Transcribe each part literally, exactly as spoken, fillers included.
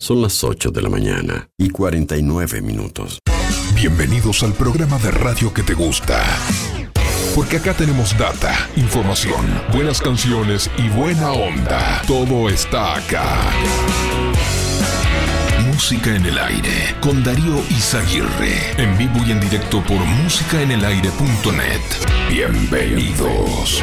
Son las ocho de la mañana y cuarenta y nueve minutos. Bienvenidos al programa de radio que te gusta. Porque acá tenemos data, información, buenas canciones y buena onda. Todo está acá. Música en el aire con Darío Izaguirre. En vivo y en directo por música en el aire punto net. Bienvenidos.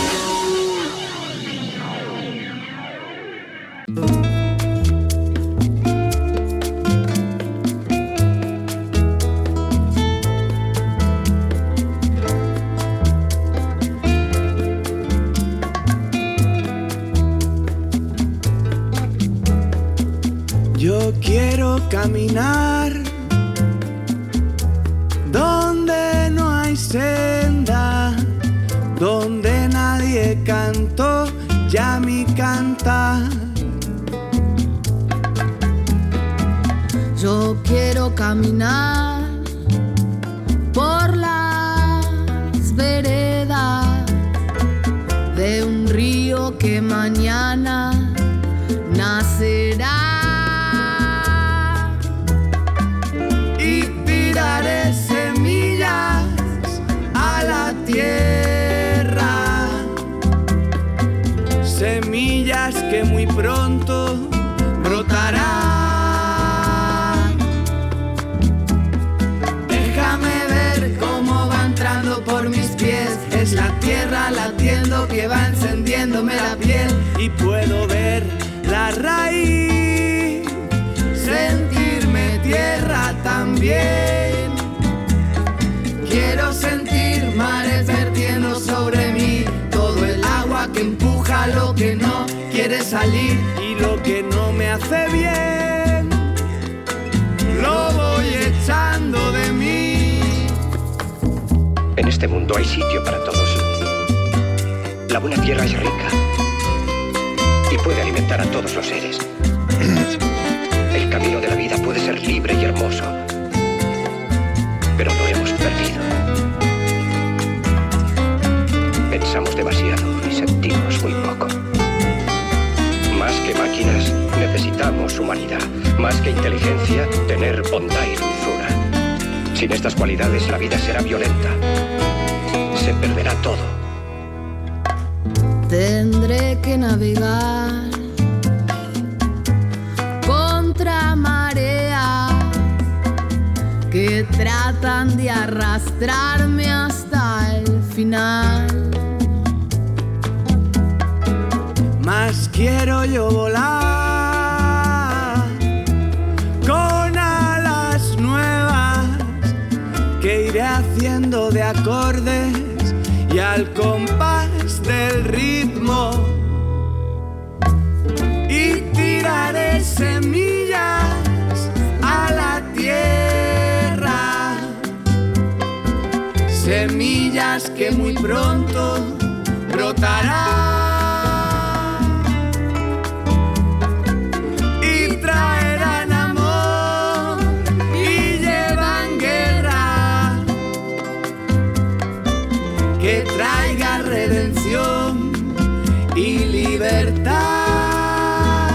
Yo quiero caminar donde no hay senda, donde nadie cantó ya mi cantar. Yo quiero caminar por las veredas de un río que mañana nacerá. Tiraré semillas a la tierra, semillas que muy pronto brotarán. Déjame ver cómo va entrando por mis pies, es la tierra latiendo que va encendiéndome la piel y puedo ver la raíz, sentirme tierra también. Quiero sentir mares vertiendo sobre mí, todo el agua que empuja lo que no quiere salir y lo que no me hace bien, lo voy echando de mí. En este mundo hay sitio para todos. La buena tierra es rica y puede alimentar a todos los seres. El camino de la vida puede ser libre y hermoso, pero lo hemos perdido. Pensamos demasiado y sentimos muy poco. Más que máquinas, necesitamos humanidad. Más que inteligencia, tener bondad y dulzura. Sin estas cualidades, la vida será violenta. Se perderá todo. Tendré que navegar contra mareas que tratan de arrastrarme hasta el final. Más quiero yo volar con alas nuevas que iré haciendo de acordes y al compás del ritmo, y tiraré semillas a la tierra, semillas que muy pronto brotarán. Que traiga redención y libertad.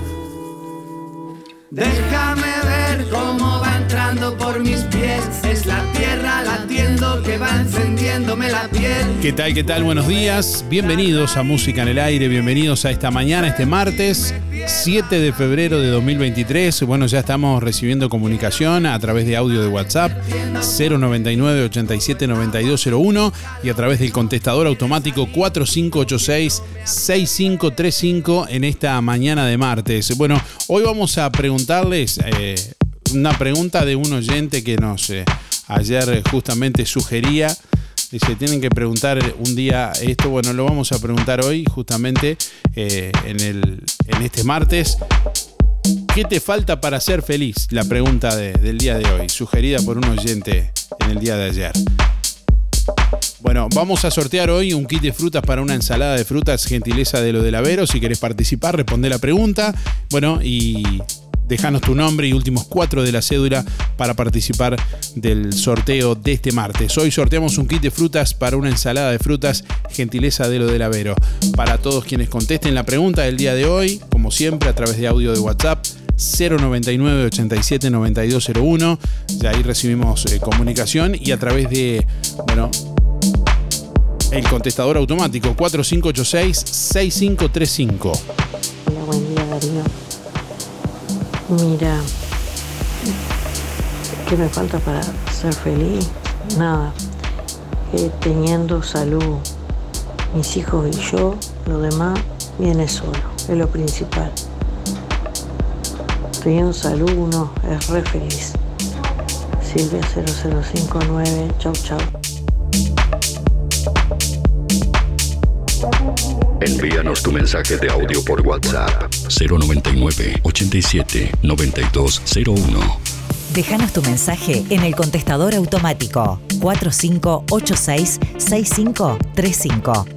Déjame ver cómo va entrando por mis pies, es la tierra latiendo que va encendiéndome la piel. ¿Qué tal, qué tal? Buenos días, bienvenidos a Música en el Aire, bienvenidos a esta mañana, este martes siete de febrero de dos mil veintitrés. Bueno, ya estamos recibiendo comunicación a través de audio de WhatsApp cero noventa y nueve, ochenta y siete, noventa y dos cero uno y a través del contestador automático cuatro cinco ocho seis, seis cinco tres cinco en esta mañana de martes. Bueno, hoy vamos a preguntarles eh, una pregunta de un oyente que nos eh, ayer justamente sugería. Dice, tienen que preguntar un día esto. Bueno, lo vamos a preguntar hoy justamente eh, en, el, en este martes. ¿Qué te falta para ser feliz? La pregunta de, del día de hoy, sugerida por un oyente en el día de ayer. Bueno, vamos a sortear hoy un kit de frutas para una ensalada de frutas, gentileza de Lo del Avero. Si querés participar, responde la pregunta. Bueno, y déjanos tu nombre y últimos cuatro de la cédula para participar del sorteo de este martes. Hoy sorteamos un kit de frutas para una ensalada de frutas, gentileza de Lo del Avero. Para todos quienes contesten la pregunta del día de hoy, como siempre, a través de audio de WhatsApp, cero noventa y nueve, ochenta y siete, noventa y dos cero uno. Ya ahí recibimos eh, comunicación y a través de, bueno, el contestador automático cuatro cinco ocho seis, seis cinco tres cinco. Hola, buen día, Darío. Mira, ¿qué me falta para ser feliz? Nada. Eh, teniendo salud, mis hijos y yo, lo demás viene solo, es lo principal. Teniendo salud uno es re feliz. Silvia cero cero cinco nueve, chau chau. Envíanos tu mensaje de audio por WhatsApp cero noventa y nueve, ochenta y siete, noventa y dos cero uno. Déjanos tu mensaje en el contestador automático cuatro cinco ocho seis, seis cinco tres cinco.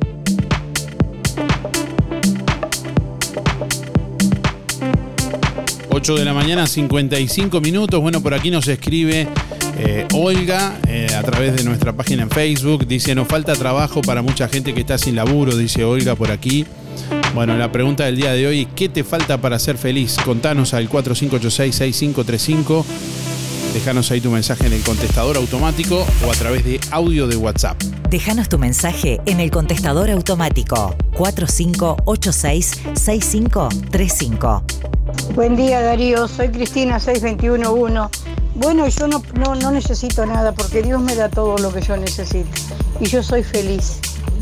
ocho de la mañana, cincuenta y cinco minutos. Bueno, por aquí nos escribe eh, Olga eh, a través de nuestra página en Facebook. Dice, nos falta trabajo para mucha gente que está sin laburo, dice Olga por aquí. Bueno, la pregunta del día de hoy, ¿qué te falta para ser feliz? Contanos al cuatro cinco ocho seis, seis cinco tres cinco. Déjanos ahí tu mensaje en el contestador automático o a través de audio de WhatsApp. Déjanos tu mensaje en el contestador automático cuatro cinco ocho seis, seis cinco tres cinco. Buen día, Darío, soy Cristina seis veintiuno uno. Bueno, yo no, no, no necesito nada porque Dios me da todo lo que yo necesito y yo soy feliz.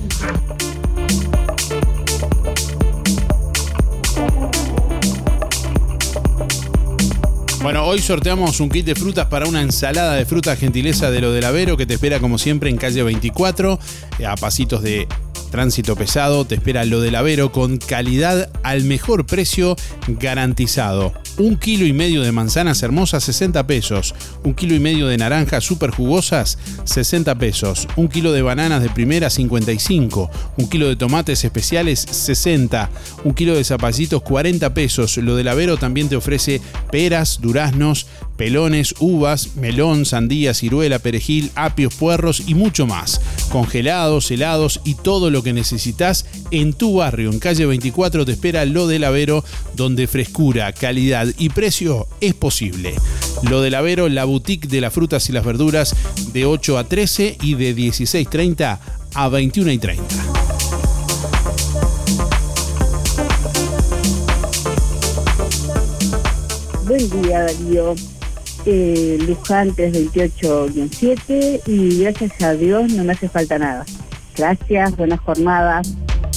Bueno, hoy sorteamos un kit de frutas para una ensalada de frutas gentileza de Lo del Avero, que te espera como siempre en calle veinticuatro, a pasitos de tránsito pesado. Te espera Lo del Avero con calidad al mejor precio garantizado. Un kilo y medio de manzanas hermosas, sesenta pesos. Un kilo y medio de naranjas súper jugosas, sesenta pesos. Un kilo de bananas de primera, cincuenta y cinco. Un kilo de tomates especiales, sesenta. Un kilo de zapallitos, cuarenta pesos. Lo del Avero también te ofrece peras, duraznos, pelones, uvas, melón, sandía, ciruela, perejil, apios, puerros y mucho más. Congelados, helados y todo lo que necesitas en tu barrio. En calle veinticuatro te espera Lo del Avero, donde frescura, calidad y precio es posible. Lo del Avero, la boutique de las frutas y las verduras, de ocho a trece y de dieciséis treinta a veintiuno y treinta. Buen día, Darío. Eh, Luján trescientos veintiocho guion siete y gracias a Dios no me hace falta nada. Gracias, buenas jornadas.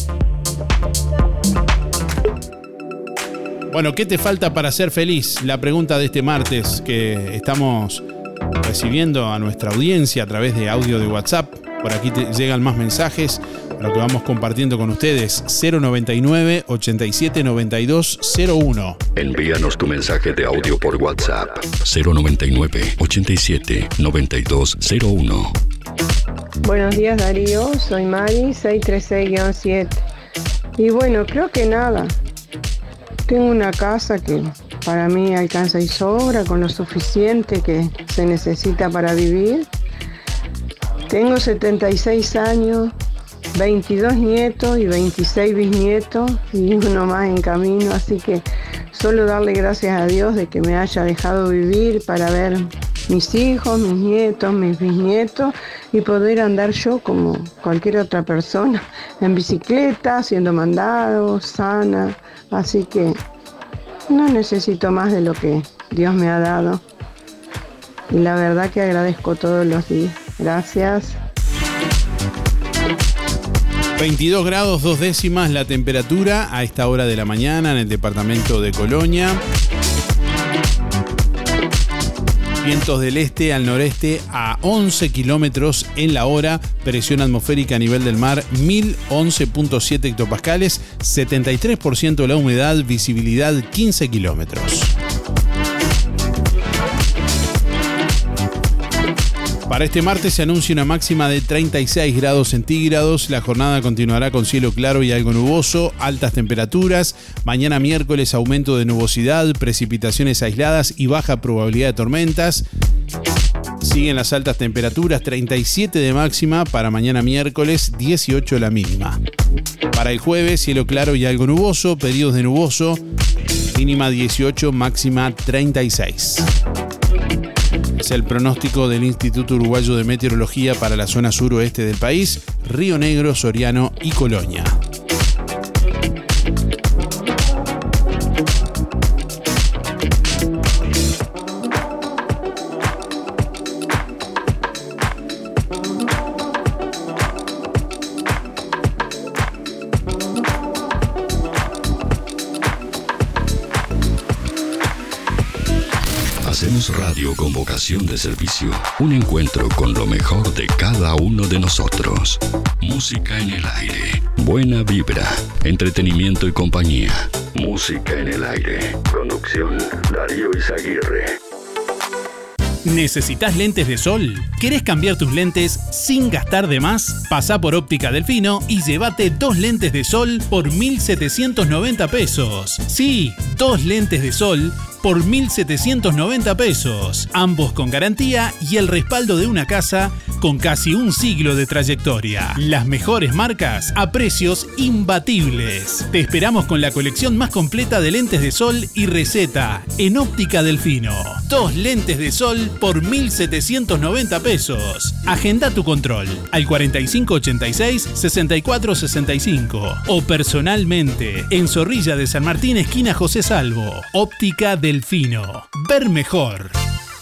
Bueno, ¿qué te falta para ser feliz? La pregunta de este martes que estamos recibiendo a nuestra audiencia a través de audio de WhatsApp. Por aquí te llegan más mensajes, lo que vamos compartiendo con ustedes. cero noventa y nueve, ochenta y siete, noventa y dos cero uno. Envíanos tu mensaje de audio por WhatsApp cero noventa y nueve, ochenta y siete, noventa y dos cero uno. Buenos días, Darío, soy Mari, seiscientos treinta y seis guion siete. Y bueno, creo que nada. Tengo una casa que para mí alcanza y sobra con lo suficiente que se necesita para vivir. Tengo setenta y seis años, veintidós nietos y veintiséis bisnietos y uno más en camino, así que solo darle gracias a Dios de que me haya dejado vivir para ver mis hijos, mis nietos, mis bisnietos y poder andar yo como cualquier otra persona en bicicleta, siendo mandado, sana, así que no necesito más de lo que Dios me ha dado y la verdad que agradezco todos los días. Gracias. veintidós grados, dos décimas la temperatura a esta hora de la mañana en el departamento de Colonia. Vientos del este al noreste a once kilómetros en la hora. Presión atmosférica a nivel del mar mil once punto siete hectopascales. setenta y tres por ciento la humedad. Visibilidad quince kilómetros. Para este martes se anuncia una máxima de treinta y seis grados centígrados. La jornada continuará con cielo claro y algo nuboso, altas temperaturas. Mañana miércoles aumento de nubosidad, precipitaciones aisladas y baja probabilidad de tormentas. Siguen las altas temperaturas, treinta y siete de máxima para mañana miércoles, dieciocho la mínima. Para el jueves, cielo claro y algo nuboso, periodos de nuboso. mínima dieciocho, máxima treinta y seis. Es el pronóstico del Instituto Uruguayo de Meteorología para la zona suroeste del país, Río Negro, Soriano y Colonia. Hacemos radio con vocación de servicio. Un encuentro con lo mejor de cada uno de nosotros. Música en el aire. Buena vibra. Entretenimiento y compañía. Música en el aire. Conducción Darío Izaguirre. ¿Necesitas lentes de sol? ¿Querés cambiar tus lentes sin gastar de más? Pasá por Óptica Delfino y llévate dos lentes de sol por mil setecientos noventa pesos. Sí, dos lentes de sol por mil setecientos noventa pesos. Ambos con garantía y el respaldo de una casa con casi un siglo de trayectoria. Las mejores marcas a precios imbatibles. Te esperamos con la colección más completa de lentes de sol y receta en Óptica Delfino. Dos lentes de sol por mil setecientos noventa pesos. Agenda tu control al cuarenta y cinco ochenta y seis sesenta y cuatro sesenta y cinco o personalmente en Zorrilla de San Martín, esquina José Salvo. Óptica Delfino. Ver mejor.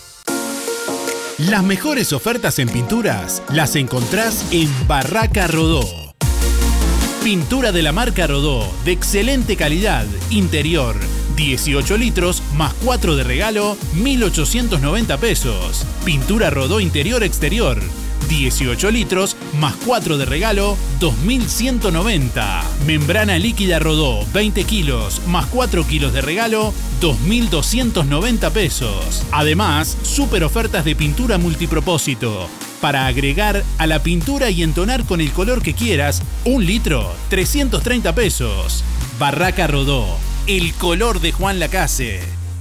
Las mejores ofertas en pinturas las encontrás en Barraca Rodó. Pintura de la marca Rodó, de excelente calidad, interior, dieciocho litros más cuatro de regalo, mil ochocientos noventa pesos. Pintura Rodó interior-exterior, dieciocho litros más cuatro de regalo, dos mil ciento noventa. Membrana líquida Rodó, veinte kilos más cuatro kilos de regalo, dos mil doscientos noventa pesos. Además, super ofertas de pintura multipropósito. Para agregar a la pintura y entonar con el color que quieras, un litro, trescientos treinta pesos. Barraca Rodó, el color de Juan Lacase.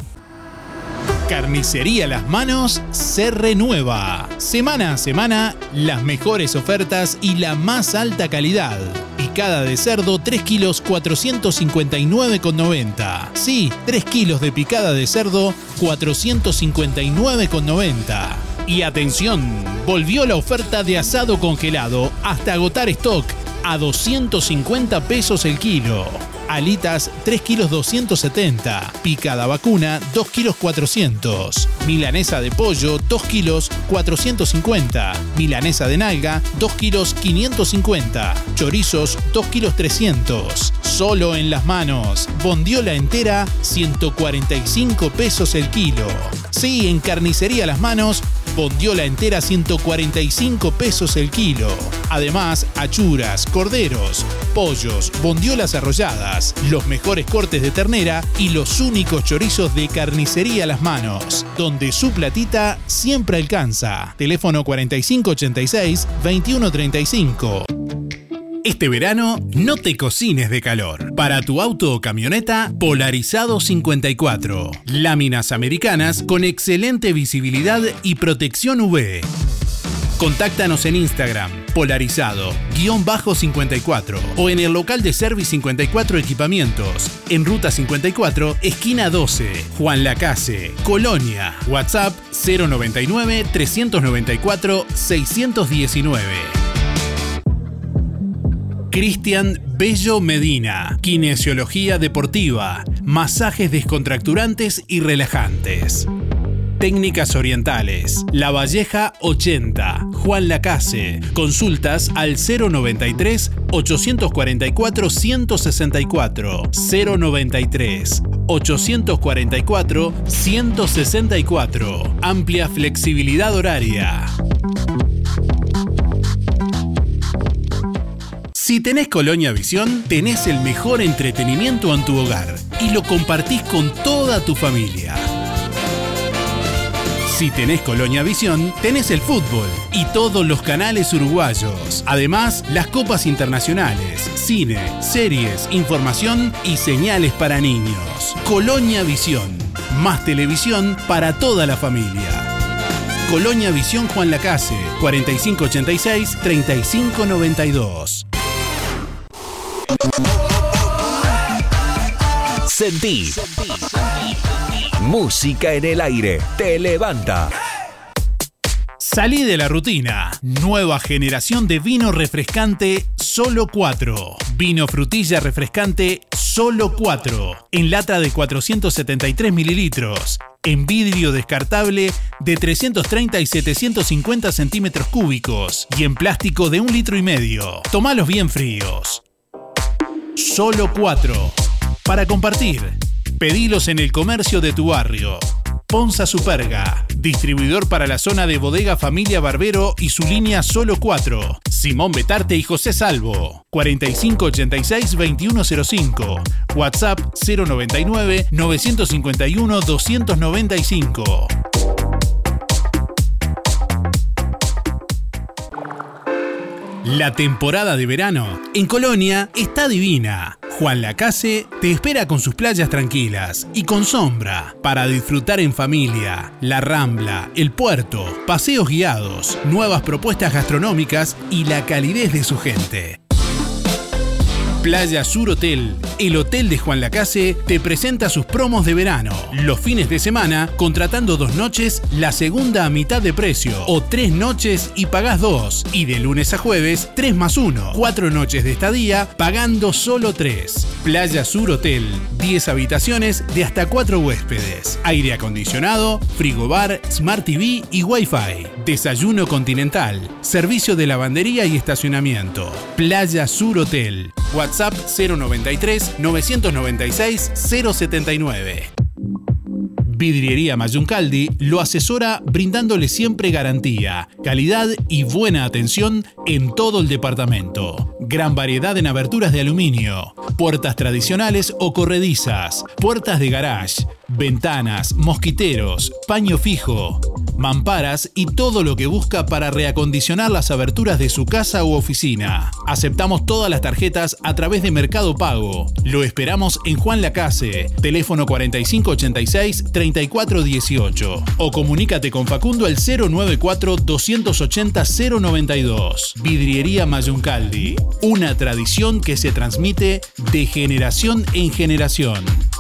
Carnicería Las Manos se renueva. Semana a semana, las mejores ofertas y la más alta calidad. Picada de cerdo, tres kilos, cuatrocientos cincuenta y nueve con noventa. Sí, tres kilos de picada de cerdo, cuatrocientos cincuenta y nueve con noventa. Y atención, volvió la oferta de asado congelado hasta agotar stock a doscientos cincuenta pesos el kilo. Alitas, tres kilos doscientos setenta. Picada vacuna, dos kilos cuatrocientos. Milanesa de pollo, dos kilos cuatrocientos cincuenta. Milanesa de nalga, dos kilos quinientos cincuenta. Chorizos, dos kilos trescientos. Solo en Las Manos. Bondiola entera, ciento cuarenta y cinco pesos el kilo. Sí, en Carnicería Las Manos, bondiola entera, ciento cuarenta y cinco pesos el kilo. Además, achuras, corderos, pollos, bondiolas arrolladas, los mejores cortes de ternera y los únicos chorizos de Carnicería Las Manos, donde su platita siempre alcanza. Teléfono cuarenta y cinco ochenta y seis veintiuno treinta y cinco. Este verano, no te cocines de calor. Para tu auto o camioneta, Polarizado cincuenta y cuatro. Láminas americanas con excelente visibilidad y protección U V. Contáctanos en Instagram, Polarizado-cincuenta y cuatro o en el local de Service cincuenta y cuatro Equipamientos, en Ruta cincuenta y cuatro, esquina doce, Juan Lacase, Colonia. WhatsApp cero noventa y nueve, trescientos noventa y cuatro, seiscientos diecinueve. Cristian Bello Medina, kinesiología deportiva, masajes descontracturantes y relajantes. Técnicas orientales, La Valleja ochenta, Juan Lacase. Consultas al cero noventa y tres, ochocientos cuarenta y cuatro, ciento sesenta y cuatro, cero noventa y tres, ochocientos cuarenta y cuatro, ciento sesenta y cuatro. Amplia flexibilidad horaria. Si tenés Colonia Visión, tenés el mejor entretenimiento en tu hogar y lo compartís con toda tu familia. Si tenés Colonia Visión, tenés el fútbol y todos los canales uruguayos. Además, las copas internacionales, cine, series, información y señales para niños. Colonia Visión, más televisión para toda la familia. Colonia Visión Juan Lacase, cuarenta y cinco ochenta y seis, treinta y cinco noventa y dos. Sentí. Música en el aire te levanta. Salí de la rutina. Nueva generación de vino refrescante Solo cuatro. Vino frutilla refrescante Solo cuatro. En lata de cuatrocientos setenta y tres mililitros. En vidrio descartable de trescientos treinta y setecientos cincuenta centímetros cúbicos. Y en plástico de un litro y medio. Tomalos bien fríos. Solo cuatro. Para compartir. Pedilos en el comercio de tu barrio. Ponza Superga, distribuidor para la zona de Bodega Familia Barbero y su línea Solo cuatro. Simón Betarte y José Salvo. cuarenta y cinco ochenta y seis veintiuno cero cinco. WhatsApp cero noventa y nueve novecientos cincuenta y uno doscientos noventa y cinco. La temporada de verano en Colonia está divina. Juan Lacase te espera con sus playas tranquilas y con sombra para disfrutar en familia. La Rambla, el puerto, paseos guiados, nuevas propuestas gastronómicas y la calidez de su gente. Playa Sur Hotel, el hotel de Juan Lacase, te presenta sus promos de verano. Los fines de semana, contratando dos noches, la segunda a mitad de precio. O tres noches y pagás dos. Y de lunes a jueves, tres más uno. Cuatro noches de estadía, pagando solo tres. Playa Sur Hotel, diez habitaciones de hasta cuatro huéspedes. Aire acondicionado, frigobar, Smart T V y Wi-Fi. Desayuno continental. Servicio de lavandería y estacionamiento. Playa Sur Hotel. WhatsApp cero noventa y tres novecientos noventa y seis cero setenta y nueve. Vidriería Mayuncaldi lo asesora brindándole siempre garantía, calidad y buena atención en todo el departamento. Gran variedad en aberturas de aluminio, puertas tradicionales o corredizas, puertas de garage, ventanas, mosquiteros, paño fijo, mamparas y todo lo que busca para reacondicionar las aberturas de su casa u oficina. Aceptamos todas las tarjetas a través de Mercado Pago. Lo esperamos en Juan Lacase, teléfono cuarenta y cinco ochenta y seis treinta y cuatro dieciocho o comunícate con Facundo al cero noventa y cuatro doscientos ochenta cero noventa y dos. Vidriería Mayuncaldi, una tradición que se transmite de generación en generación.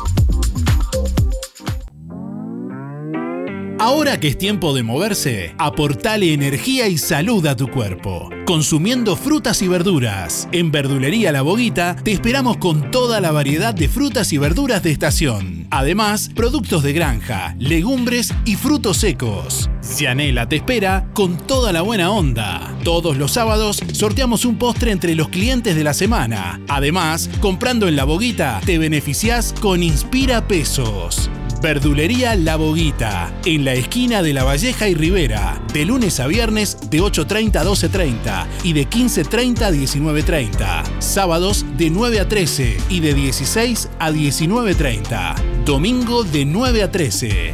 Ahora que es tiempo de moverse, aportale energía y salud a tu cuerpo, consumiendo frutas y verduras. En Verdulería La Boguita te esperamos con toda la variedad de frutas y verduras de estación. Además, productos de granja, legumbres y frutos secos. Cianela te espera con toda la buena onda. Todos los sábados sorteamos un postre entre los clientes de la semana. Además, comprando en La Boguita te beneficiás con Inspira Pesos. Verdulería La Boguita, en la esquina de La Valleja y Rivera, de lunes a viernes de ocho treinta a doce treinta y de quince treinta a diecinueve treinta. Sábados de nueve a trece y de dieciséis a diecinueve treinta. Domingo de nueve a trece.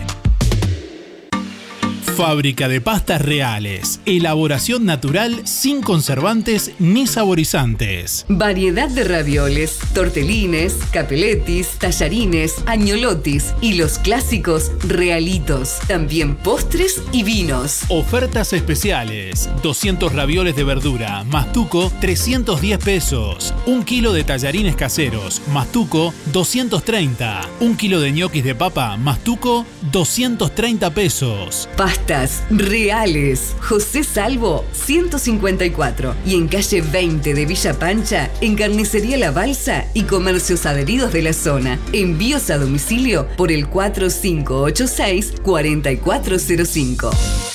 Fábrica de pastas reales. Elaboración natural sin conservantes ni saborizantes. Variedad de ravioles, tortelines, capeletis, tallarines, agnolotis y los clásicos realitos. También postres y vinos. Ofertas especiales. doscientos ravioles de verdura, mastuco, trescientos diez pesos. Un kilo de tallarines caseros, mastuco, doscientos treinta. Un kilo de ñoquis de papa, mastuco, doscientos treinta pesos. Pastas reales. José Salvo, ciento cincuenta y cuatro. Y en calle veinte de Villa Pancha, en Carnicería La Balsa y comercios adheridos de la zona. Envíos a domicilio por el cuatro cinco ocho seis cuatro cuatro cero cinco.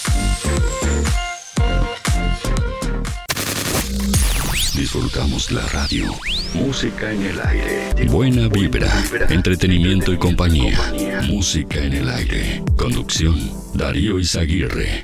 Disfrutamos la radio. Música en el aire. Buena vibra. Entretenimiento y compañía. Música en el aire. Conducción: Darío Izaguirre.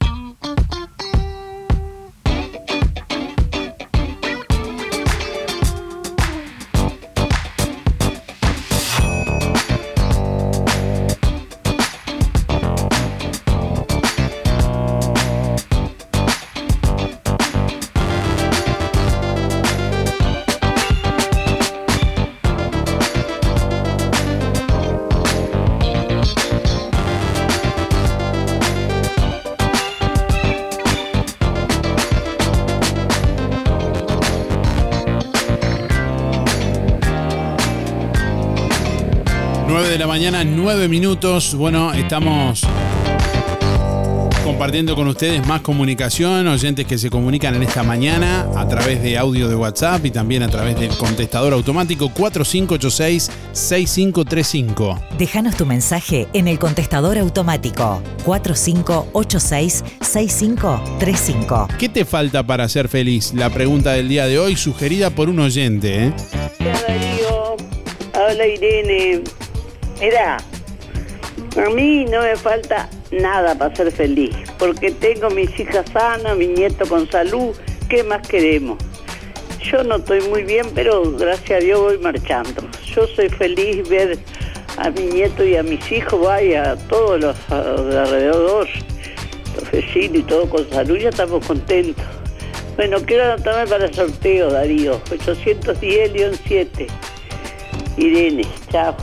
mañana, nueve minutos. Bueno, estamos compartiendo con ustedes más comunicación, oyentes que se comunican en esta mañana a través de audio de WhatsApp y también a través del contestador automático cuatro cinco ocho seis, seis cinco tres cinco. Déjanos tu mensaje en el contestador automático cuatro cinco ocho seis, seis cinco tres cinco. ¿Qué te falta para ser feliz? La pregunta del día de hoy, sugerida por un oyente, ¿eh? Hola Darío, habla Irene. Mirá, a mí no me falta nada para ser feliz, porque tengo mis hijas sanas, mi nieto con salud. ¿Qué más queremos? Yo no estoy muy bien, pero gracias a Dios voy marchando. Yo soy feliz ver a mi nieto y a mis hijos, vaya, a todos los de alrededor, los vecinos y todo con salud, ya estamos contentos. Bueno, quiero anotarme para el sorteo, Darío, ochocientos diez guión siete. Irene, chao.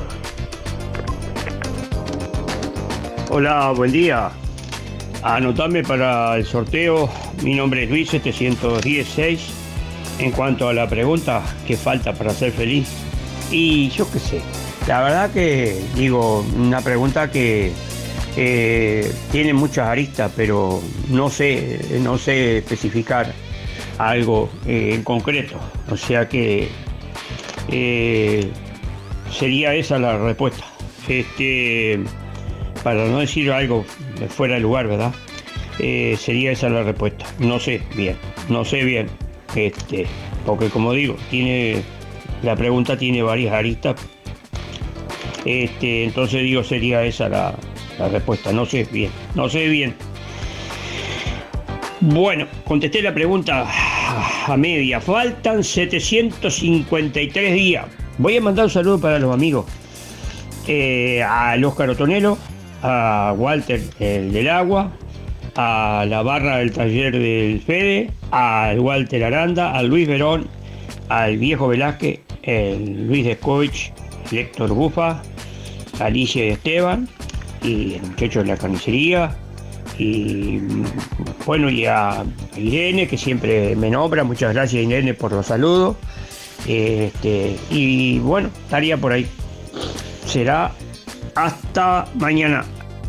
Hola, buen día. Anotame para el sorteo. Mi nombre es Luis setecientos dieciséis. En cuanto a la pregunta, ¿qué falta para ser feliz? Y yo qué sé. La verdad que, digo, una pregunta que eh, tiene muchas aristas, pero no sé, no sé especificar algo eh, en concreto. O sea que eh, sería esa la respuesta. Este... Para no decir algo fuera de lugar, ¿verdad? Eh, sería esa la respuesta. No sé bien, no sé bien. Este, porque como digo, tiene la pregunta tiene varias aristas. Este, entonces digo, sería esa la, la respuesta. No sé bien, no sé bien. Bueno, contesté la pregunta a media. Faltan setecientos cincuenta y tres días. Voy a mandar un saludo para los amigos. Eh, al Óscar Otonelo, a Walter, el del agua, a la barra del taller del Fede, al Walter Aranda, a Luis Verón, al viejo Velázquez, el Luis Descovich, el Héctor Bufa, a Alicia y Esteban, y el muchacho de la carnicería, y bueno, y a Irene, que siempre me nombra. Muchas gracias, Irene, por los saludos. Este, y bueno, estaría por ahí. Será hasta mañana.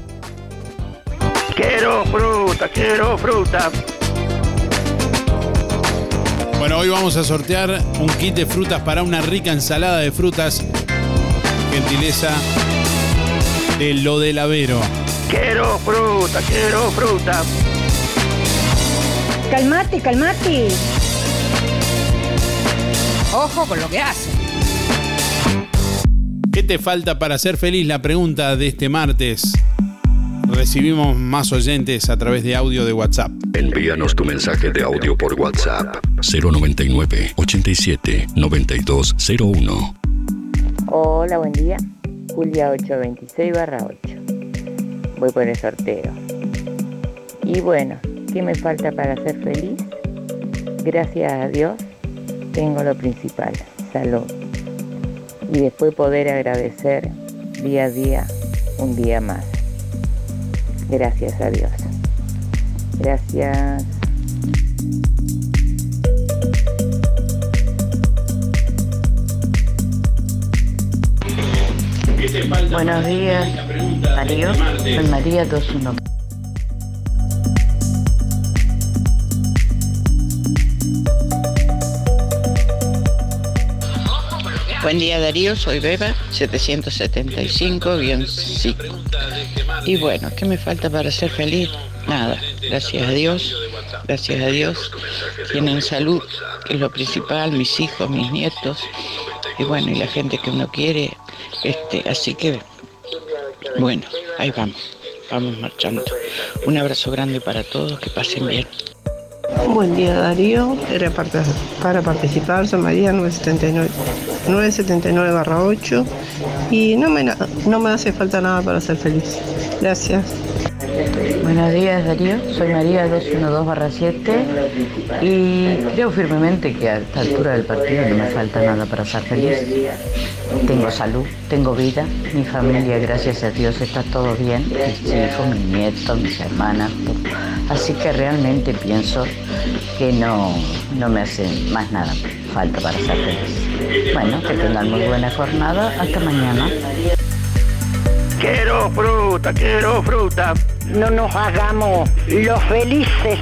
Quiero fruta, quiero fruta. Bueno, hoy vamos a sortear un kit de frutas para una rica ensalada de frutas. Gentileza de Lo del Avero. Quiero fruta, quiero fruta. Calmate, calmate. Ojo con lo que hace. ¿Qué te falta para ser feliz? La pregunta de este martes. Recibimos más oyentes a través de audio de WhatsApp. Envíanos tu mensaje de audio por WhatsApp cero noventa y nueve, ochenta y siete, noventa y dos cero uno. Hola, buen día. Julia ocho veintiséis barra ocho. Voy por el sorteo. Y bueno, ¿qué me falta para ser feliz? Gracias a Dios tengo lo principal, salud. Y después poder agradecer día a día, un día más. Gracias a Dios. Gracias. Buenos días, Darío. Soy María dos uno. Buen día, Darío, soy Beba, setecientos setenta y cinco guión cinco. Y bueno, ¿qué me falta para ser feliz? Nada, gracias a Dios, gracias a Dios. Tienen salud, que es lo principal, mis hijos, mis nietos, y bueno, y la gente que uno quiere. Este, así que, bueno, ahí vamos, vamos marchando. Un abrazo grande para todos, que pasen bien. Buen día, Darío. Era para, para participar, soy María nueve setenta y nueve barra ocho y no me, no me hace falta nada para ser feliz. Gracias. Buenos días, Darío. Soy María dos uno dos barra siete y creo firmemente que a esta altura del partido no me falta nada para ser feliz. Tengo salud, tengo vida, mi familia, gracias a Dios, está todo bien, mis hijos, mis nietos, mis hermanas. Así que realmente pienso que no, no me hace más nada falta para ser feliz. Bueno, que tengan muy buena jornada. Hasta mañana. Quiero fruta, quiero fruta. No nos hagamos los felices.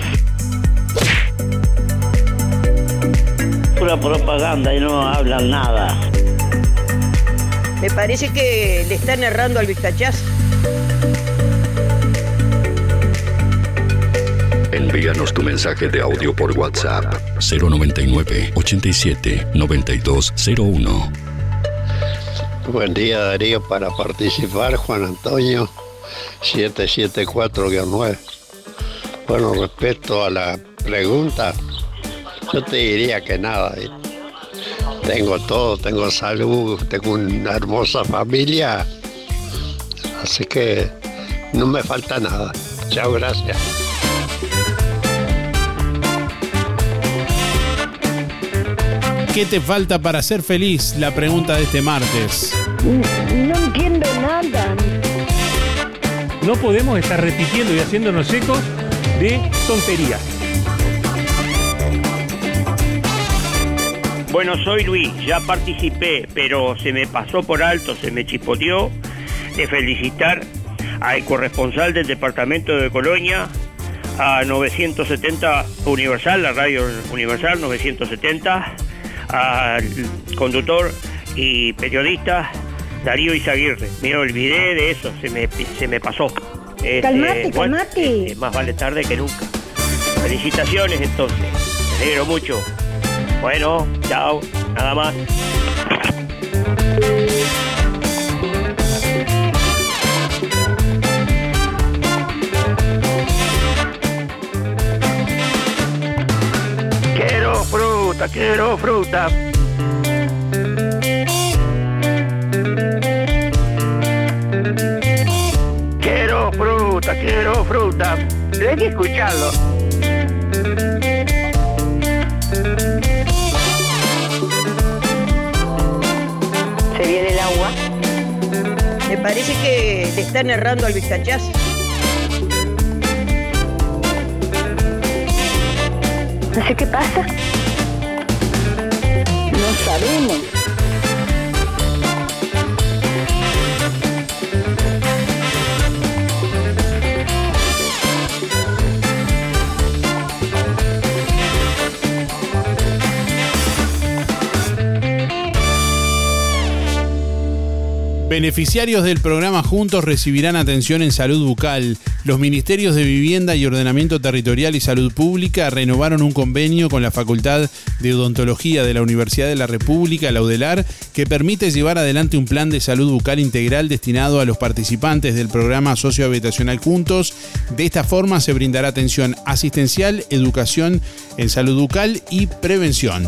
Pura propaganda y no hablan nada. Me parece que le están errando al vistachazo. Envíanos tu mensaje de audio por WhatsApp cero noventa y nueve, ochenta y siete, noventa y dos cero uno. Buen día, Darío, para participar, Juan Antonio, siete siete cuatro guion nueve. Bueno, respecto a la pregunta, yo te diría que nada. Tengo todo, tengo salud, tengo una hermosa familia, así que no me falta nada. Chao, gracias. ¿Qué te falta para ser feliz? La pregunta de este martes. No entiendo nada. No podemos estar repitiendo y haciéndonos ecos de tonterías. Bueno, soy Luis, ya participé, pero se me pasó por alto, se me chispoteó de felicitar al corresponsal del departamento de Colonia, a novecientos setenta Universal, la radio Universal novecientos setenta, al conductor y periodista Darío Izaguirre. Me olvidé de eso, se me, se me pasó. Este, calmate, bueno, calmate. Este, más vale tarde que nunca. Felicitaciones entonces, me alegro mucho. Bueno, chao, nada más. Quiero fruta, quiero fruta. Quiero fruta, quiero fruta. Hay que escucharlo. Se viene el agua. Me parece que le están errando al vistachazo. No sé qué pasa. No sabemos. Beneficiarios del programa Juntos recibirán atención en salud bucal. Los Ministerios de Vivienda y Ordenamiento Territorial y Salud Pública renovaron un convenio con la Facultad de Odontología de la Universidad de la República, la UDELAR, que permite llevar adelante un plan de salud bucal integral destinado a los participantes del programa sociohabitacional Juntos. De esta forma se brindará atención asistencial, educación en salud bucal y prevención.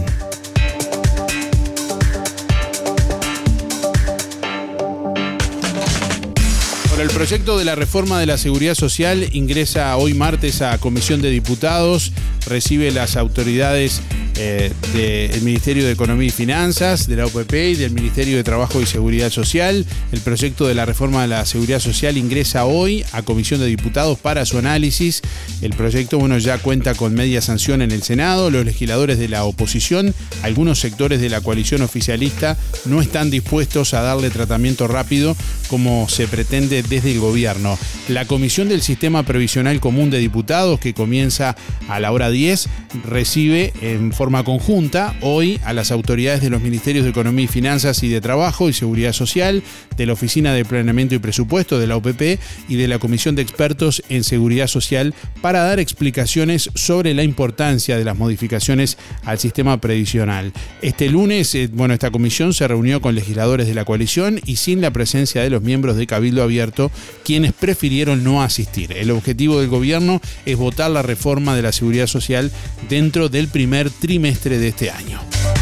El proyecto de la reforma de la Seguridad Social ingresa hoy martes a Comisión de Diputados, recibe las autoridades eh, del Ministerio de Economía y Finanzas, de la O P P y del Ministerio de Trabajo y Seguridad Social. El proyecto de la reforma de la Seguridad Social ingresa hoy a Comisión de Diputados para su análisis. El proyecto, bueno, ya cuenta con media sanción en el Senado. Los legisladores de la oposición, algunos sectores de la coalición oficialista, no están dispuestos a darle tratamiento rápido como se pretende desde el gobierno. La Comisión del Sistema Previsional Común de Diputados, que comienza a la hora diez, recibe en forma conjunta hoy a las autoridades de los Ministerios de Economía y Finanzas y de Trabajo y Seguridad Social, de la Oficina de Planeamiento y Presupuesto de la O P P y de la Comisión de Expertos en Seguridad Social para dar explicaciones sobre la importancia de las modificaciones al sistema previsional. Este lunes, eh, bueno, esta comisión se reunió con legisladores de la coalición y sin la presencia de los miembros de Cabildo Abierto, quienes prefirieron no asistir. El objetivo del gobierno es votar la reforma de la seguridad social dentro del primer trimestre de este año.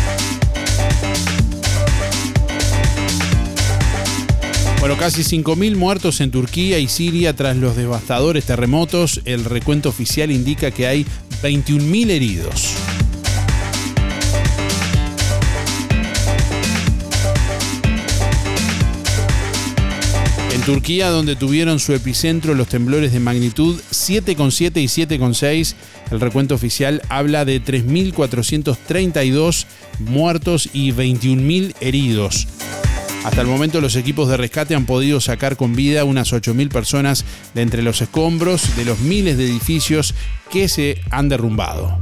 Bueno, casi cinco mil muertos en Turquía y Siria tras los devastadores terremotos. El recuento oficial indica que hay veintiún mil heridos. En Turquía, donde tuvieron su epicentro los temblores de magnitud siete coma siete y siete coma seis, el recuento oficial habla de tres mil cuatrocientos treinta y dos muertos y veintiún mil heridos. Hasta el momento los equipos de rescate han podido sacar con vida unas ocho mil personas de entre los escombros de los miles de edificios que se han derrumbado.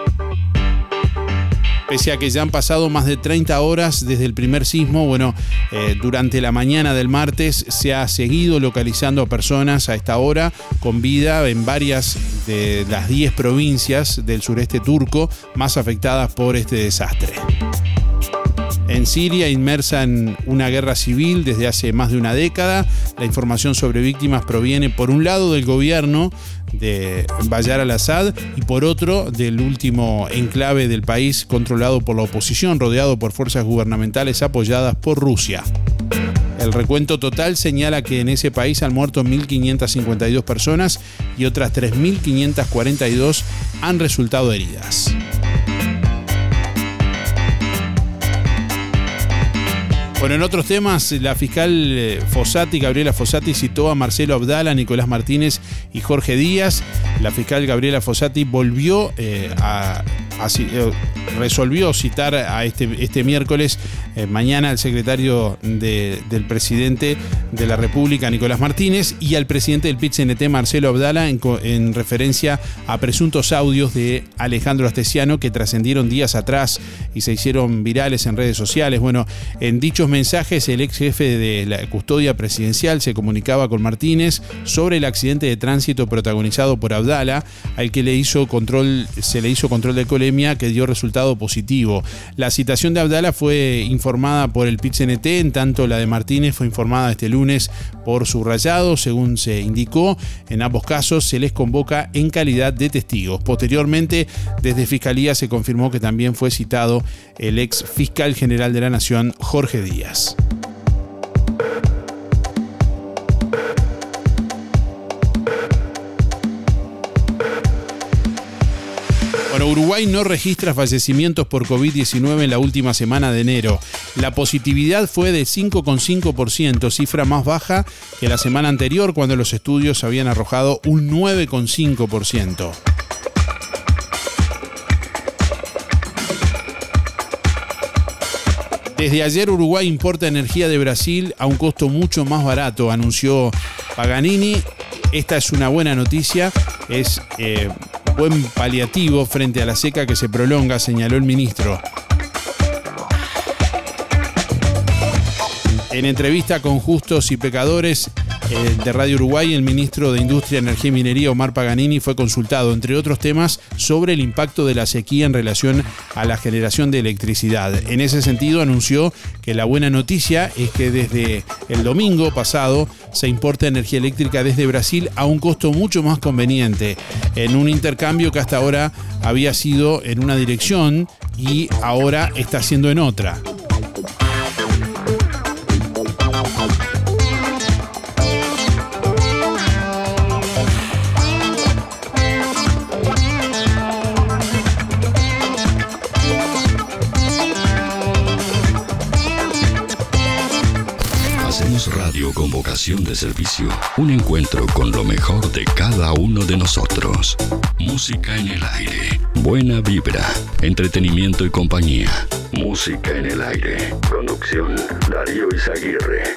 Pese a que ya han pasado más de treinta horas desde el primer sismo, bueno, eh, durante la mañana del martes se ha seguido localizando a personas a esta hora con vida en varias de las diez provincias del sureste turco más afectadas por este desastre. En Siria, inmersa en una guerra civil desde hace más de una década, la información sobre víctimas proviene por un lado del gobierno de Bashar al-Assad y por otro del último enclave del país controlado por la oposición, rodeado por fuerzas gubernamentales apoyadas por Rusia. El recuento total señala que en ese país han muerto mil quinientas cincuenta y dos personas y otras tres mil quinientas cuarenta y dos han resultado heridas. Bueno, en otros temas, la fiscal Fossati, Gabriela Fossati, citó a Marcelo Abdala, Nicolás Martínez y Jorge Díaz. La fiscal Gabriela Fossati volvió eh, a, a eh, resolvió citar a este, este miércoles, eh, mañana, al secretario de, del presidente de la República, Nicolás Martínez, y al presidente del P I T C N T, Marcelo Abdala, en, en referencia a presuntos audios de Alejandro Astesiano que trascendieron días atrás y se hicieron virales en redes sociales. Bueno, en dichos mensajes, el ex jefe de la custodia presidencial se comunicaba con Martínez sobre el accidente de tránsito protagonizado por Abdala, al que le hizo control, se le hizo control de alcoholemia que dio resultado positivo. La citación de Abdala fue informada por el P I T C N T, en tanto la de Martínez fue informada este lunes por Subrayado. Según se indicó, en ambos casos se les convoca en calidad de testigos. Posteriormente, desde Fiscalía se confirmó que también fue citado el ex fiscal general de la Nación, Jorge Díaz. Bueno, Uruguay no registra fallecimientos por COVID diecinueve en la última semana de enero. La positividad fue de cinco coma cinco por ciento, cifra más baja que la semana anterior, cuando los estudios habían arrojado un nueve coma cinco por ciento. Desde ayer Uruguay importa energía de Brasil a un costo mucho más barato, anunció Paganini. Esta es una buena noticia, es eh, buen paliativo frente a la seca que se prolonga, señaló el ministro. En entrevista con Justos y Pecadores eh, de Radio Uruguay, el ministro de Industria, Energía y Minería, Omar Paganini, fue consultado, entre otros temas, sobre el impacto de la sequía en relación a la generación de electricidad. En ese sentido, anunció que la buena noticia es que desde el domingo pasado se importa energía eléctrica desde Brasil a un costo mucho más conveniente, en un intercambio que hasta ahora había sido en una dirección y ahora está siendo en otra. Radio con vocación de servicio. Un encuentro con lo mejor de cada uno de nosotros. Música en el aire. Buena vibra. Entretenimiento y compañía. Música en el aire. Conducción: Darío Izaguirre.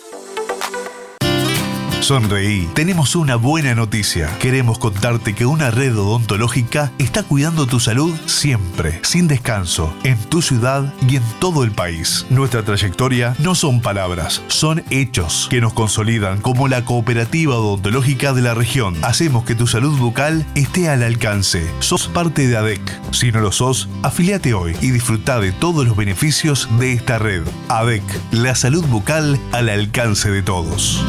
Sonreí, tenemos una buena noticia. Queremos contarte que una red odontológica está cuidando tu salud siempre, sin descanso, en tu ciudad y en todo el país. Nuestra trayectoria no son palabras, son hechos que nos consolidan como la cooperativa odontológica de la región. Hacemos que tu salud bucal esté al alcance. Sos parte de A D E C. Si no lo sos, afiliate hoy y disfruta de todos los beneficios de esta red. A D E C, la salud bucal al alcance de todos.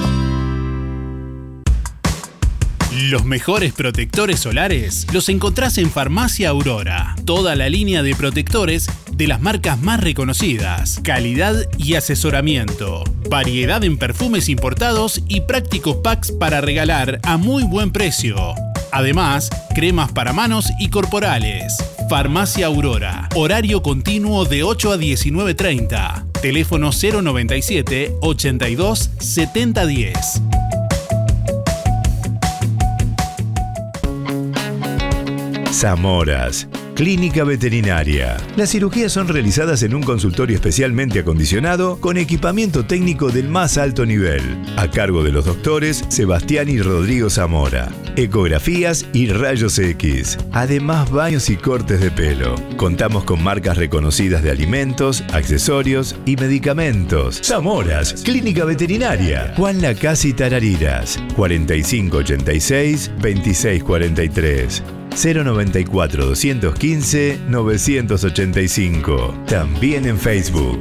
Los mejores protectores solares los encontrás en Farmacia Aurora. Toda la línea de protectores de las marcas más reconocidas. Calidad y asesoramiento. Variedad en perfumes importados y prácticos packs para regalar a muy buen precio. Además, cremas para manos y corporales. Farmacia Aurora. Horario continuo de ocho a diecinueve treinta. Teléfono cero noventa y siete, ochenta y dos, setenta diez. Zamoras. Clínica Veterinaria. Las cirugías son realizadas en un consultorio especialmente acondicionado con equipamiento técnico del más alto nivel, a cargo de los doctores Sebastián y Rodrigo Zamora. Ecografías y rayos X. Además, baños y cortes de pelo. Contamos con marcas reconocidas de alimentos, accesorios y medicamentos. Zamoras, Clínica Veterinaria. Juan Lacase y Tarariras. cuarenta y cinco ochenta y seis, veintiséis cuarenta y tres. cero noventa y cuatro, doscientos quince, novecientos ochenta y cinco. También en Facebook.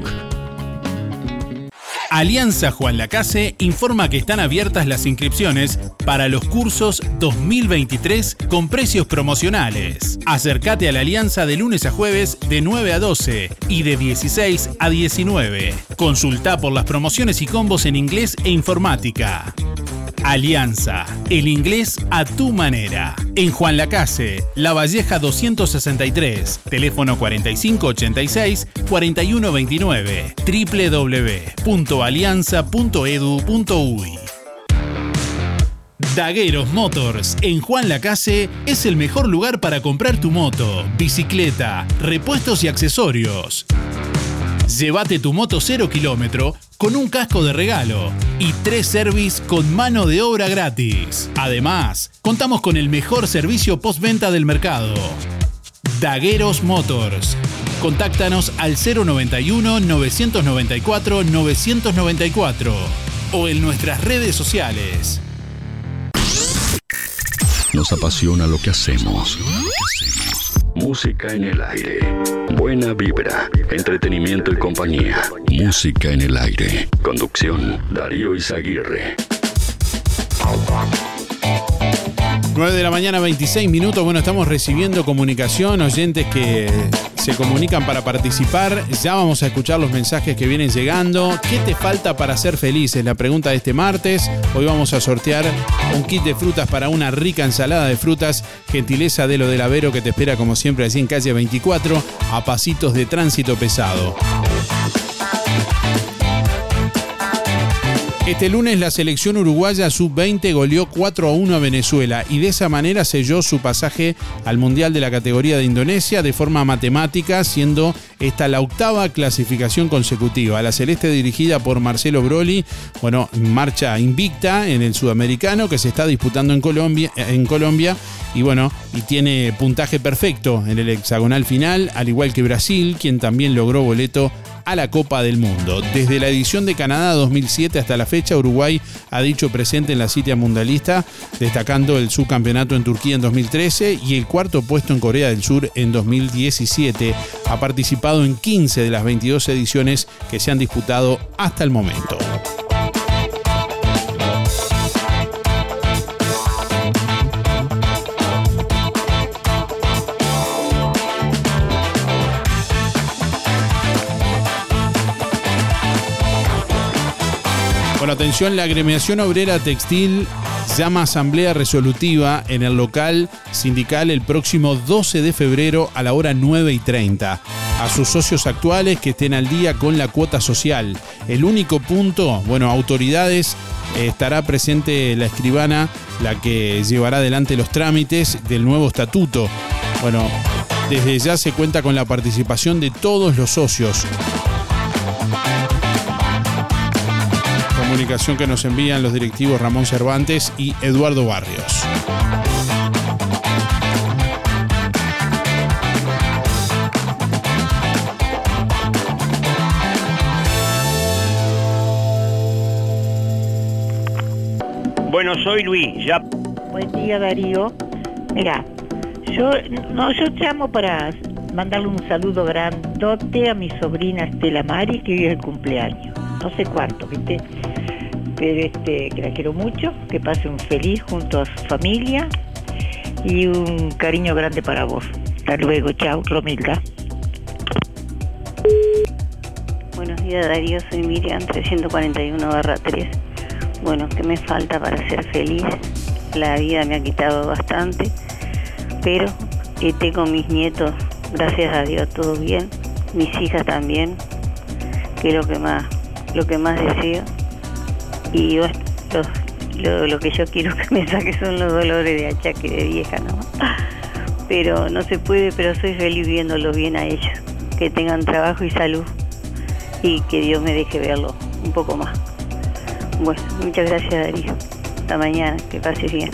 Alianza Juan Lacase informa que están abiertas las inscripciones para los cursos dos mil veintitrés con precios promocionales. Acércate a la Alianza de lunes a jueves de nueve a doce y de dieciséis a diecinueve. Consulta por las promociones y combos en inglés e informática. Alianza, el inglés a tu manera. En Juan Lacase, La Valleja doscientos sesenta y tres, teléfono cuarenta y cinco ochenta y seis, cuarenta y uno veintinueve, doble u doble u doble u punto alianza punto edu punto uy. Dagueros Motors en Juan Lacase es el mejor lugar para comprar tu moto, bicicleta, repuestos y accesorios. Llévate tu moto cero kilómetro con un casco de regalo y tres service con mano de obra gratis. Además, contamos con el mejor servicio postventa del mercado. Dagueros Motors. Contáctanos al cero noventa y uno, novecientos noventa y cuatro, novecientos noventa y cuatro o en nuestras redes sociales. Nos apasiona lo que hacemos. Música en el aire. Buena vibra, entretenimiento y compañía. Música en el aire. Conducción, Darío Izaguirre. nueve de la mañana, veintiséis minutos. Bueno, estamos recibiendo comunicación, oyentes que se comunican para participar. Ya vamos a escuchar los mensajes que vienen llegando. ¿Qué te falta para ser feliz? Es la pregunta de este martes. Hoy vamos a sortear un kit de frutas para una rica ensalada de frutas. Gentileza de Lo del Avero, que te espera como siempre allí en calle veinticuatro, a pasitos de tránsito pesado. Este lunes la selección uruguaya sub veinte goleó cuatro a uno a Venezuela y de esa manera selló su pasaje al Mundial de la categoría de Indonesia de forma matemática, siendo esta la octava clasificación consecutiva. La celeste, dirigida por Marcelo Broly, bueno, marcha invicta en el sudamericano que se está disputando en Colombia, en Colombia y bueno, y tiene puntaje perfecto en el hexagonal final, al igual que Brasil, quien también logró boleto a la Copa del Mundo. Desde la edición de Canadá dos mil siete hasta la fecha, Uruguay ha dicho presente en la cita mundialista, destacando el subcampeonato en Turquía en dos mil trece y el cuarto puesto en Corea del Sur en dos mil diecisiete. Ha participado en quince de las veintidós ediciones que se han disputado hasta el momento. Bueno, atención, la agremiación obrera textil llama a asamblea resolutiva en el local sindical el próximo doce de febrero a la hora nueve y treinta. A sus socios actuales que estén al día con la cuota social. El único punto, bueno, autoridades, eh, estará presente la escribana, la que llevará adelante los trámites del nuevo estatuto. Bueno, desde ya se cuenta con la participación de todos los socios. Comunicación que nos envían los directivos Ramón Cervantes y Eduardo Barrios. Bueno, soy Luis, ya. Buen día, Darío. Mira, yo no yo llamo para mandarle un saludo grandote a mi sobrina Estela Mari, que hoy es el cumpleaños. No sé cuánto, ¿viste? Pero este, que la quiero mucho, que pase un feliz junto a su familia y un cariño grande para vos. Hasta luego, chao, Romilda. Buenos días, Darío, soy Miriam, trescientos cuarenta y uno barra tres. Bueno, ¿qué me falta para ser feliz? La vida me ha quitado bastante, pero eh, tengo mis nietos, gracias a Dios, todo bien. Mis hijas también, que es lo que más, lo que más deseo. Y bueno, lo, lo, lo que yo quiero que me saque son los dolores de achaque de vieja, ¿no? pero no se puede, pero soy feliz viéndolos bien a ellos. Que tengan trabajo y salud y que Dios me deje verlo un poco más. Bueno, muchas gracias, Darío. Hasta mañana, que pases bien.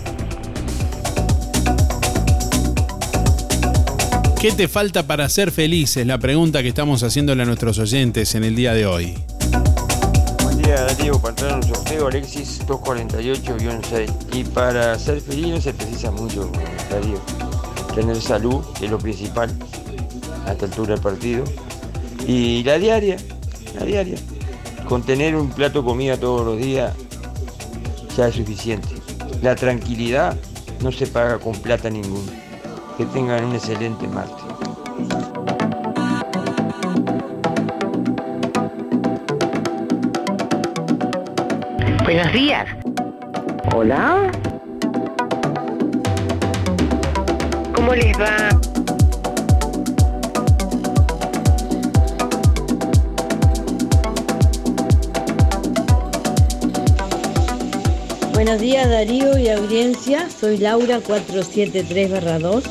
¿Qué te falta para ser feliz? Es la pregunta que estamos haciéndole a nuestros oyentes en el día de hoy. Buen día, Darío. Para entrar en un sorteo, Alexis doscientos cuarenta y ocho guión seis. Y para ser feliz no se precisa mucho, Darío. Tener salud, que es lo principal a esta altura del partido. Y la diaria, la diaria. Con tener un plato de comida todos los días ya es suficiente. La tranquilidad no se paga con plata ninguna. Que tengan un excelente martes. Buenos días. Hola. ¿Cómo les va? Buenos días, Darío y audiencia. Soy Laura cuatrocientos setenta y tres barra dos.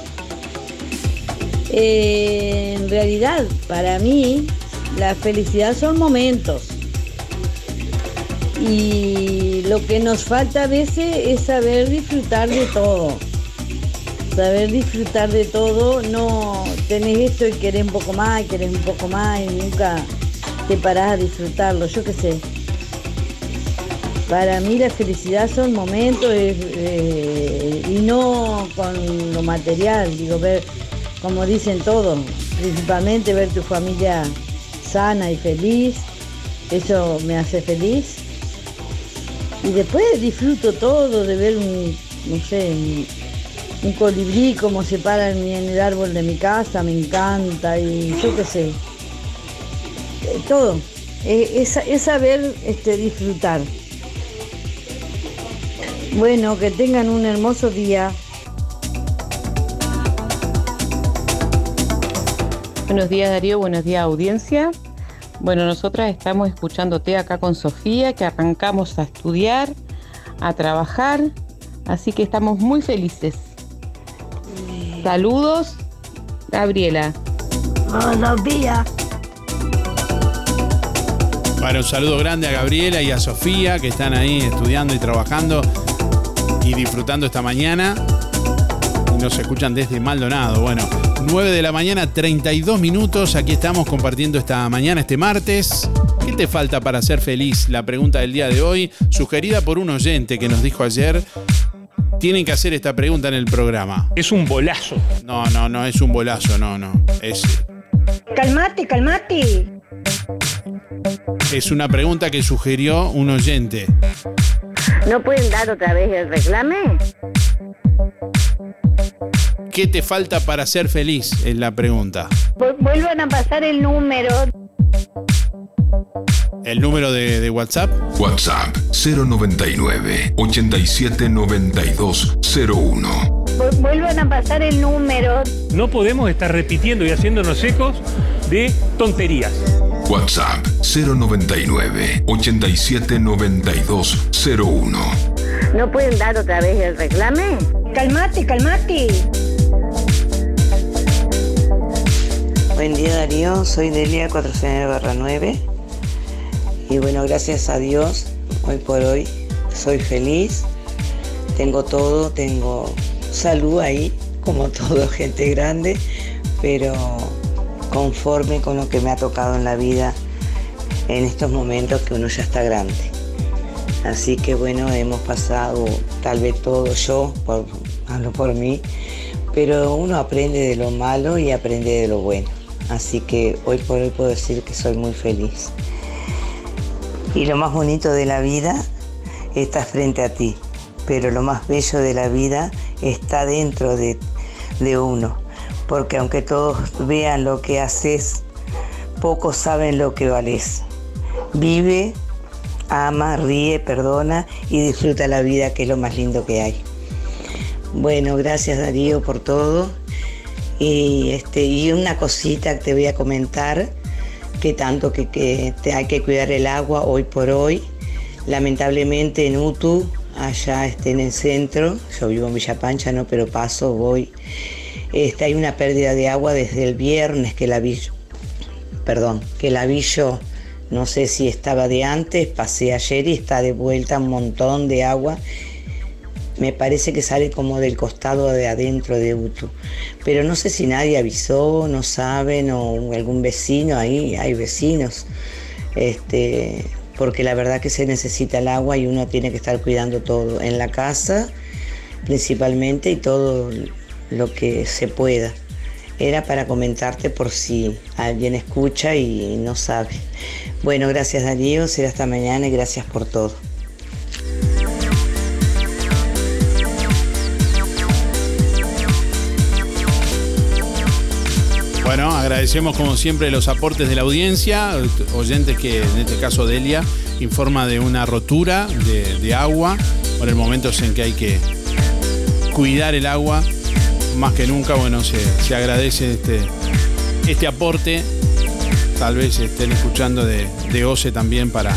Eh, en realidad, para mí, la felicidad son momentos. Y lo que nos falta a veces es saber disfrutar de todo. Saber disfrutar de todo, no tenés esto y querés un poco más, y querés un poco más y nunca te parás a disfrutarlo, yo qué sé. Para mí la felicidad son momentos eh, y no con lo material, digo, ver, como dicen todos, principalmente ver tu familia sana y feliz, eso me hace feliz. Y después disfruto todo de ver un, no sé, un, un colibrí como se para en, en el árbol de mi casa, me encanta y yo qué sé, eh, todo, eh, es, es saber este, disfrutar. Bueno, que tengan un hermoso día. Buenos días, Darío, buenos días, audiencia. Bueno, nosotras estamos escuchándote acá con Sofía, que arrancamos a estudiar, a trabajar, así que estamos muy felices. Saludos, Gabriela. Buenos días. Bueno, un saludo grande a Gabriela y a Sofía, que están ahí estudiando y trabajando y disfrutando esta mañana. Y nos escuchan desde Maldonado. Bueno, nueve de la mañana, treinta y dos minutos. Aquí estamos compartiendo esta mañana, este martes. ¿Qué te falta para ser feliz? La pregunta del día de hoy, sugerida por un oyente que nos dijo ayer. Tienen que hacer esta pregunta en el programa. Es un bolazo. No, no, no es un bolazo, no, no. Es, Calmate, calmate. es una pregunta que sugirió un oyente. ¿No pueden dar otra vez el reclame? ¿Qué te falta para ser feliz? Es la pregunta. Vuelvan a pasar el número. ¿El número de, de WhatsApp? WhatsApp cero noventa y nueve, ochenta y siete noventa y dos cero uno. Vuelvan a pasar el número. No podemos estar repitiendo y haciéndonos ecos de tonterías. WhatsApp cero noventa y nueve, ochenta y siete noventa y dos cero uno. ¿No pueden dar otra vez el reclame? Calmate, calmate. Buen día, Darío, soy Delia cuatrocientos barra nueve. Y bueno, gracias a Dios, hoy por hoy soy feliz, tengo todo, tengo salud ahí, como todo, gente grande, pero conforme con lo que me ha tocado en la vida en estos momentos que uno ya está grande. Así que bueno, hemos pasado tal vez todo, yo por, hablo por mí, pero uno aprende de lo malo y aprende de lo bueno. Así que hoy por hoy puedo decir que soy muy feliz. Y lo más bonito de la vida está frente a ti, pero lo más bello de la vida está dentro de, de uno, porque aunque todos vean lo que haces, pocos saben lo que vales. Vive, ama, ríe, perdona y disfruta la vida, que es lo más lindo que hay. Bueno, gracias, Darío, por todo. Y, este, y una cosita que te voy a comentar, que tanto que, que te hay que cuidar el agua hoy por hoy. Lamentablemente en Utu, allá este, en el centro, yo vivo en Villa Pancha, no, pero paso, voy, Este, hay una pérdida de agua desde el viernes que la vi yo, perdón, que la vi yo, no sé si estaba de antes, pasé ayer y está de vuelta un montón de agua. Me parece que sale como del costado de adentro de Utu. Pero no sé si nadie avisó, no saben, o algún vecino, ahí hay vecinos. Este, porque la verdad que se necesita el agua y uno tiene que estar cuidando todo, en la casa principalmente, y todo lo que se pueda. Era para comentarte por si alguien escucha y no sabe. Bueno, gracias Darío, será hasta mañana y gracias por todo. Bueno, agradecemos como siempre los aportes de la audiencia, oyentes que en este caso Delia informa de una rotura de, de agua, por el momento en que hay que cuidar el agua, más que nunca. Bueno, se, se agradece este, este aporte, tal vez estén escuchando de, de O C E también para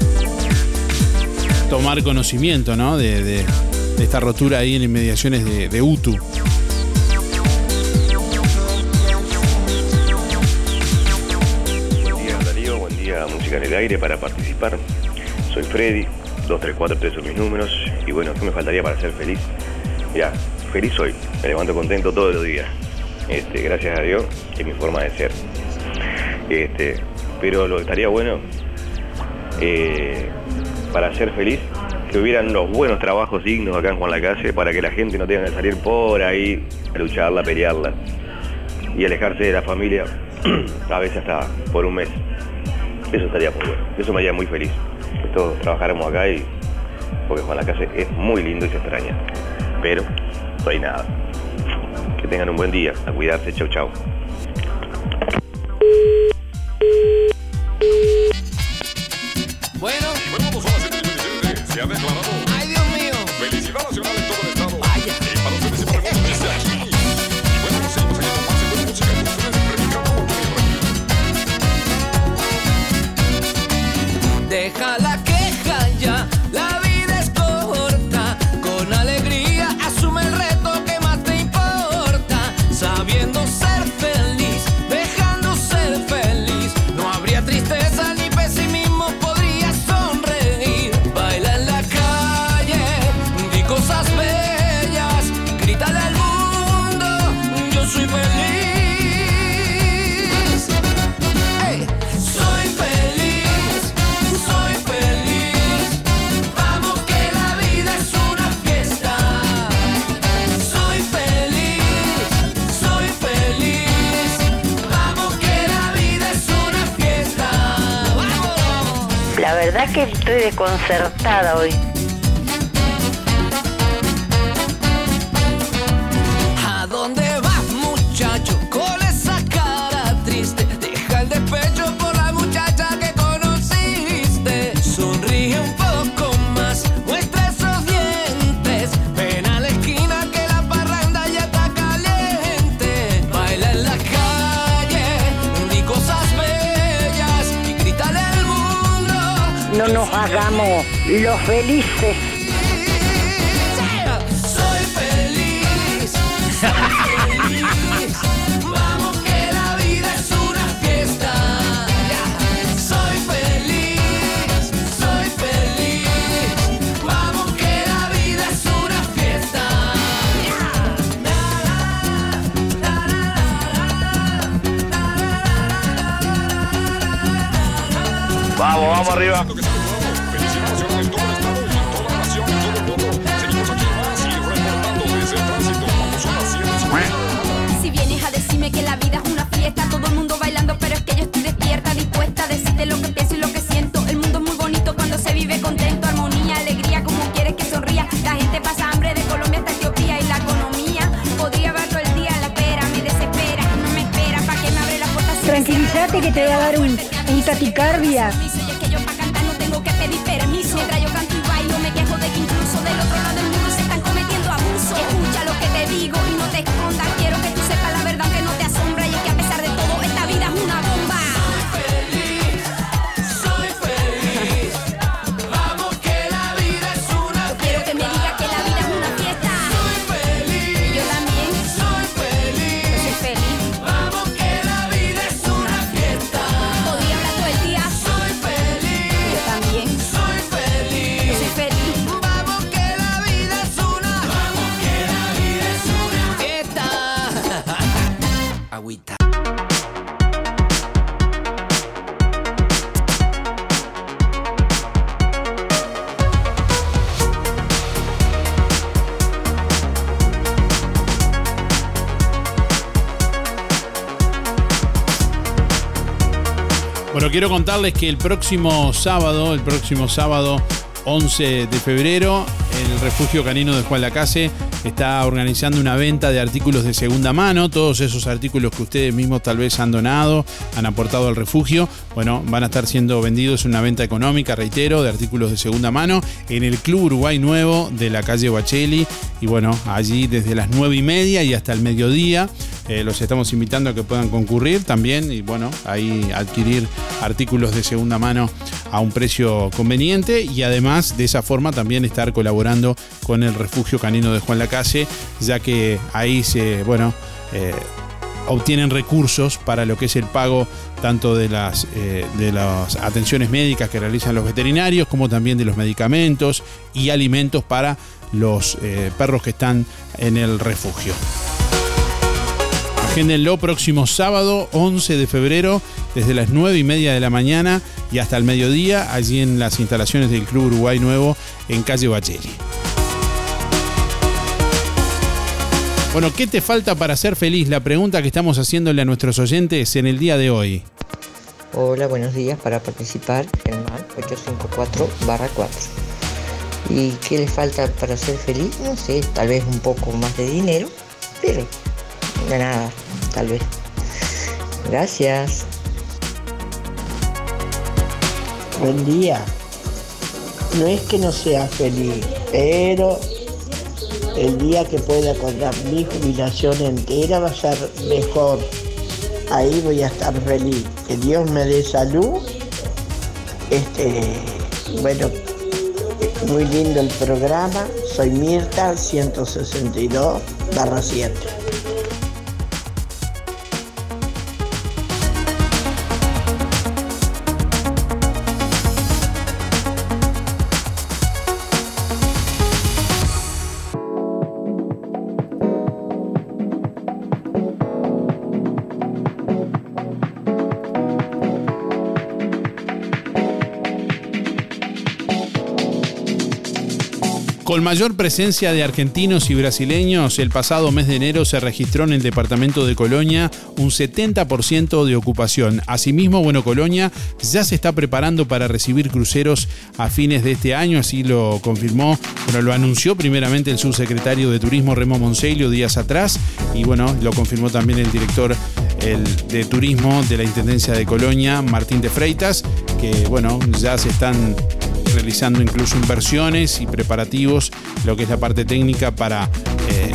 tomar conocimiento, ¿no? de, de, de esta rotura ahí en inmediaciones de, de Utu. Música en el aire para participar. Soy Freddy, dos tres cuatro tres son mis números. Y bueno, ¿qué me faltaría para ser feliz? Mirá, feliz soy, me levanto contento todos los días. Este, gracias a Dios, es mi forma de ser. Este, pero lo que estaría bueno, eh, para ser feliz, que hubieran los buenos trabajos dignos acá en Juan Lacase, para que la gente no tenga que salir por ahí a lucharla, a pelearla y alejarse de la familia, a veces hasta por un mes. Eso estaría muy bueno, eso me haría muy feliz, que todos trabajáramos acá, y porque Juan Lacase es muy lindo y se extraña, pero no hay nada. Que tengan un buen día, a cuidarse, chau chau. Bueno, y bueno, vamos a la siguiente. Se ha declarado. Ay, Dios mío. Felicidad nacional en todo el estado. Vaya. Y para ustedes y para nosotros desde aquí. Y bueno, seguimos aquí con más de buena música con ustedes, Ricardo Montenegro. Deja la queja ya, la vida es corta. Con alegría asume el reto que más te importa. Sabiendo ser feliz, dejando ser feliz. No habría tristeza ni pesimismo, podrías sonreír. Baila en la calle, di cosas bellas. Grítale al mundo, yo soy feliz. Hey, soy feliz. Soy feliz, vamos que la vida es una fiesta. Soy feliz, soy feliz, vamos que la vida es una fiesta. ¡Vamos! La verdad que estoy desconcertada hoy. ¿A dónde vas, muchacho? Con esa cara triste. Deja el despecho por la muchacha que conociste. Sonríe un poco más, muestra esos dientes. Ven a la esquina que la parranda ya está caliente. Baila en la calle, di cosas bellas y grítale al mundo. No nos hagamos los felices. Soy feliz, soy feliz. Vamos que la vida es una fiesta. Soy feliz, soy feliz. Vamos que la vida es una fiesta. Vamos, vamos arriba. Felicidad nacional en todo el estado y en toda la nación, en todo el mundo. Seguimos aquí más y reportando desde el tránsito. Vamos, son las siete cincuenta. Si vienes a decirme que la vida es una fiesta, todo el mundo bailando, pero es que yo estoy despierta, dispuesta a decirte lo que pienso y lo que siento. El mundo es muy bonito cuando se vive contento, armonía, alegría, como quieres que sonría. La gente pasa hambre de Colombia hasta Etiopía y la economía podría ver todo el día. La espera me desespera, no me espera, ¿para qué me abre la puerta? Si Tranquilízate que te va a dar un, un taquicardia. es que yo para cantar no tengo que pedir permiso. Mientras yo canto y bailo me quejo de que incluso del otro lado del mundo se están cometiendo abusos. Escucha lo que te digo y no te escondas. Quiero que tú sepas la verdad que no te asombra. Y es que a pesar de todo esta vida es una bomba. Soy feliz, vamos que la vida es una fiesta. Quiero que me digas que la vida es una fiesta. Soy feliz, Yo también. soy feliz. Bueno, quiero contarles que el próximo sábado, el próximo sábado once de febrero, el Refugio Canino de Juan Lacase está organizando una venta de artículos de segunda mano. Todos esos artículos que ustedes mismos tal vez han donado, han aportado al refugio, bueno, van a estar siendo vendidos en una venta económica, reitero, de artículos de segunda mano en el Club Uruguay Nuevo de la calle Bacheli. Y bueno, allí desde las nueve y media y hasta el mediodía eh, los estamos invitando a que puedan concurrir también y bueno, ahí adquirir artículos de segunda mano a un precio conveniente y además de esa forma también estar colaborando con el Refugio Canino de Juan Lacase, ya que ahí se, bueno, eh, obtienen recursos para lo que es el pago tanto de las, eh, de las atenciones médicas que realizan los veterinarios como también de los medicamentos y alimentos para los eh, perros que están en el refugio. Agéndenlo próximo sábado once de febrero desde las nueve y media de la mañana y hasta el mediodía allí en las instalaciones del Club Uruguay Nuevo en calle Bacheli. Bueno, ¿qué te falta para ser feliz? La pregunta que estamos haciéndole a nuestros oyentes en el día de hoy. Hola, buenos días. Para participar, Germán ocho cinco cuatro barra cuatro. ¿Y qué le falta para ser feliz? No sé, tal vez un poco más de dinero, pero de nada, tal vez. Gracias. Buen día. No es que no sea feliz, pero el día que pueda cobrar mi jubilación entera va a ser mejor. Ahí voy a estar feliz. Que Dios me dé salud. Este, bueno, muy lindo el programa. Soy Mirta, ciento sesenta y dos barra siete. Con mayor presencia de argentinos y brasileños, el pasado mes de enero se registró en el departamento de Colonia un setenta por ciento de ocupación. Asimismo, bueno, Colonia ya se está preparando para recibir cruceros a fines de este año, así lo confirmó, bueno, lo anunció primeramente el subsecretario de Turismo Remo Monseglio días atrás y bueno, lo confirmó también el director el de Turismo de la Intendencia de Colonia, Martín de Freitas, que bueno, ya se están realizando incluso inversiones y preparativos, lo que es la parte técnica para eh,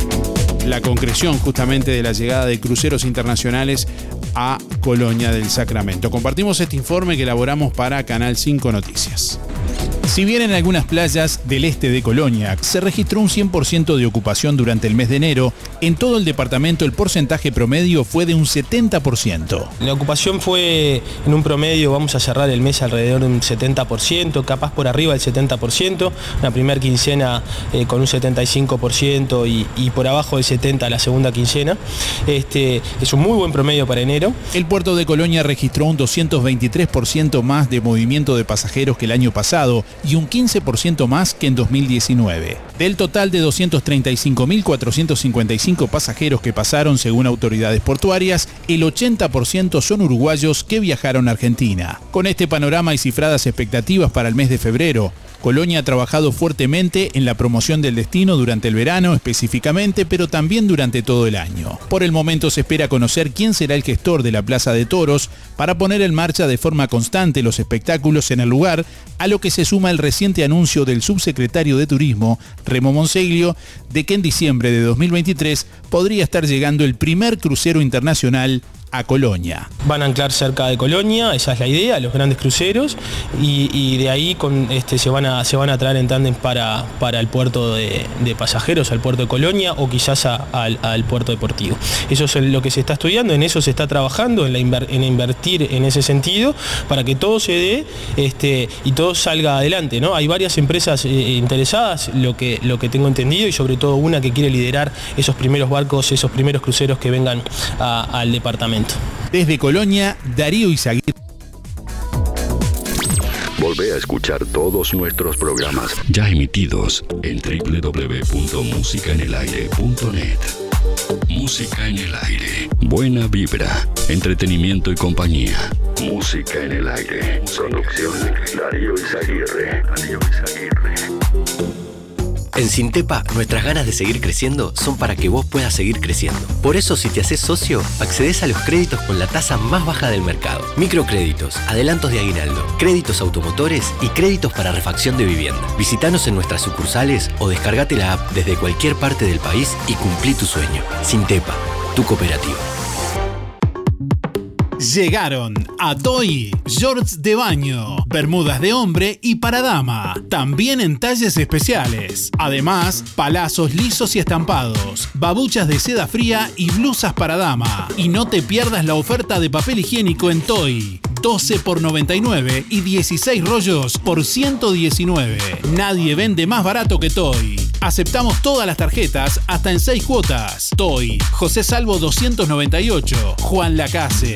la concreción justamente de la llegada de cruceros internacionales a Colonia del Sacramento. Compartimos este informe que elaboramos para Canal cinco Noticias. Si bien en algunas playas del este de Colonia se registró un cien por ciento de ocupación durante el mes de enero, en todo el departamento el porcentaje promedio fue de un setenta por ciento. La ocupación fue en un promedio, vamos a cerrar el mes alrededor de un setenta por ciento, capaz por arriba del setenta por ciento, una primera quincena eh, con un setenta y cinco por ciento y, y por abajo del setenta por ciento la segunda quincena. Este, es un muy buen promedio para enero. El puerto de Colonia registró un doscientos veintitrés por ciento más de movimiento de pasajeros que el año pasado y un quince por ciento más que en dos mil diecinueve. Del total de doscientos treinta y cinco mil cuatrocientos cincuenta y cinco pasajeros que pasaron según autoridades portuarias, el ochenta por ciento son uruguayos que viajaron a Argentina. Con este panorama y cifradas expectativas para el mes de febrero, Colonia ha trabajado fuertemente en la promoción del destino durante el verano específicamente, pero también durante todo el año. Por el momento se espera conocer quién será el gestor de la Plaza de Toros para poner en marcha de forma constante los espectáculos en el lugar, a lo que se suma el reciente anuncio del subsecretario de Turismo, Remo Monseglio, de que en diciembre de dos mil veintitrés podría estar llegando el primer crucero internacional a Colonia. Van a anclar cerca de Colonia, esa es la idea, los grandes cruceros, y, y de ahí con, este, se, van a, se van a traer en tándem para, para el puerto de, de pasajeros, al puerto de Colonia o quizás a, al, al puerto deportivo. Eso es lo que se está estudiando, en eso se está trabajando, en, la inver, en invertir en ese sentido, para que todo se dé este, y todo salga adelante, ¿no? Hay varias empresas eh, interesadas, lo que, lo que tengo entendido, y sobre todo una que quiere liderar esos primeros barcos, esos primeros cruceros que vengan a, al departamento. Desde Colonia, Darío Izaguirre. Volvé a escuchar todos nuestros programas ya emitidos en doble u doble u doble u punto música en el aire punto net. Música en el aire. Buena vibra, entretenimiento y compañía. Música en el aire. Producción Darío Izaguirre. Darío Izaguirre. En Sintepa, nuestras ganas de seguir creciendo son para que vos puedas seguir creciendo. Por eso, si te haces socio, accedes a los créditos con la tasa más baja del mercado. Microcréditos, adelantos de aguinaldo, créditos automotores y créditos para refacción de vivienda. Visítanos en nuestras sucursales o descargate la app desde cualquier parte del país y cumplí tu sueño. Sintepa, tu cooperativa. Llegaron a Toy shorts de baño, bermudas de hombre y para dama, también en talles especiales. Además, palazos lisos y estampados, babuchas de seda fría y blusas para dama. Y no te pierdas la oferta de papel higiénico en Toy. doce por noventa y nueve y dieciséis rollos por ciento diecinueve. Nadie vende más barato que Toy. Aceptamos todas las tarjetas hasta en seis cuotas. Toy, José Salvo doscientos noventa y ocho, Juan Lacase.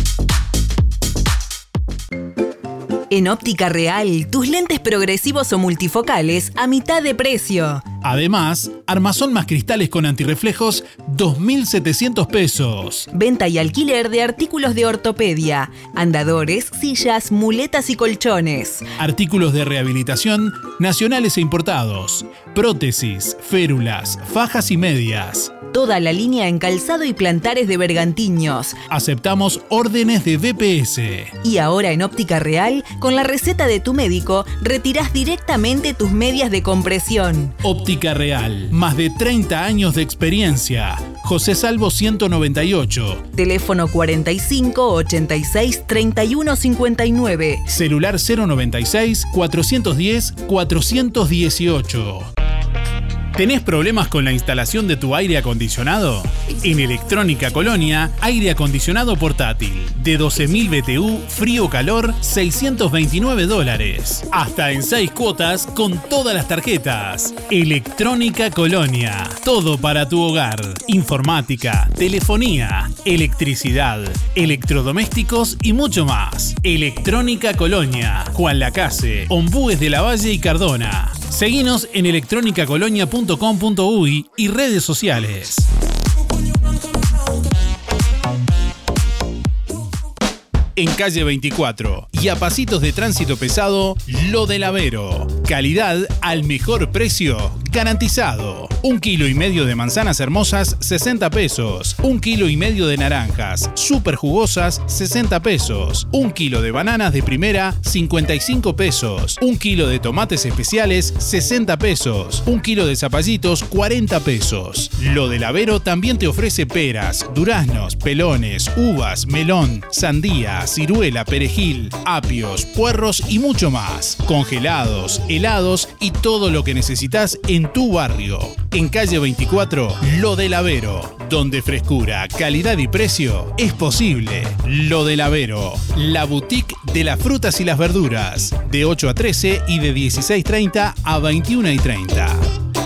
En Óptica Real, tus lentes progresivos o multifocales a mitad de precio. Además, armazón más cristales con antirreflejos, dos mil setecientos pesos. Venta y alquiler de artículos de ortopedia, andadores, sillas, muletas y colchones. Artículos de rehabilitación nacionales e importados. Prótesis, férulas, fajas y medias. Toda la línea en calzado y plantares de bergantiños. Aceptamos órdenes de B P S. Y ahora en Óptica Real, con la receta de tu médico, retirás directamente tus medias de compresión. Óptica Real, más de treinta años de experiencia. José Salvo ciento noventa y ocho. Teléfono cuarenta y cinco, ochenta y seis, treinta y uno cincuenta y nueve. Celular cero noventa y seis, cuatrocientos diez, cuatrocientos dieciocho. ¿Tenés problemas con la instalación de tu aire acondicionado? En Electrónica Colonia, aire acondicionado portátil de doce mil B T U, frío-calor, seiscientos veintinueve dólares. Hasta en seis cuotas con todas las tarjetas. Electrónica Colonia, todo para tu hogar. Informática, telefonía, electricidad, electrodomésticos y mucho más. Electrónica Colonia, Juan Lacase, Ombúes de la Valle y Cardona. Seguinos en electrónica colonia punto com punto uy y redes sociales. En calle veinticuatro y a pasitos de tránsito pesado, Lo del Avero. Calidad al mejor precio, garantizado. Un kilo y medio de manzanas hermosas, sesenta pesos. Un kilo y medio de naranjas, súper jugosas, sesenta pesos. Un kilo de bananas de primera, cincuenta y cinco pesos. Un kilo de tomates especiales, sesenta pesos. Un kilo de zapallitos, cuarenta pesos. Lo del Avero también te ofrece peras, duraznos, pelones, uvas, melón, sandía, ciruela, perejil, apios, puerros y mucho más. Congelados, helados y todo lo que necesitas en tu barrio. En calle veinticuatro, Lo del Avero, donde frescura, calidad y precio es posible. Lo del Avero, la boutique de las frutas y las verduras, de ocho a trece y de dieciséis treinta a veintiuna y treinta.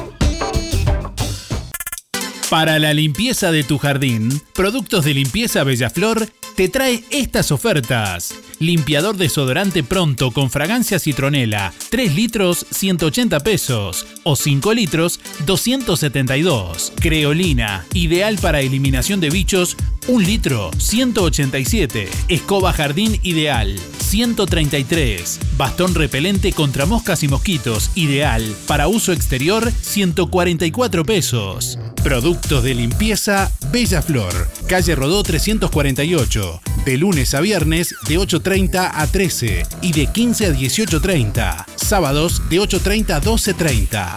Para la limpieza de tu jardín, Productos de Limpieza Bellaflor te trae estas ofertas. Limpiador desodorante Pronto con fragancia citronela, tres litros, ciento ochenta pesos. O cinco litros, doscientos setenta y dos. Creolina, ideal para eliminación de bichos, un litro, ciento ochenta y siete. Escoba Jardín Ideal, ciento treinta y tres. Bastón repelente contra moscas y mosquitos, ideal para uso exterior, ciento cuarenta y cuatro pesos. Productos de limpieza Bellaflor, calle Rodó trescientos cuarenta y ocho, de lunes a viernes de ocho treinta a trece y de quince a dieciocho treinta, sábados de ocho treinta a doce treinta.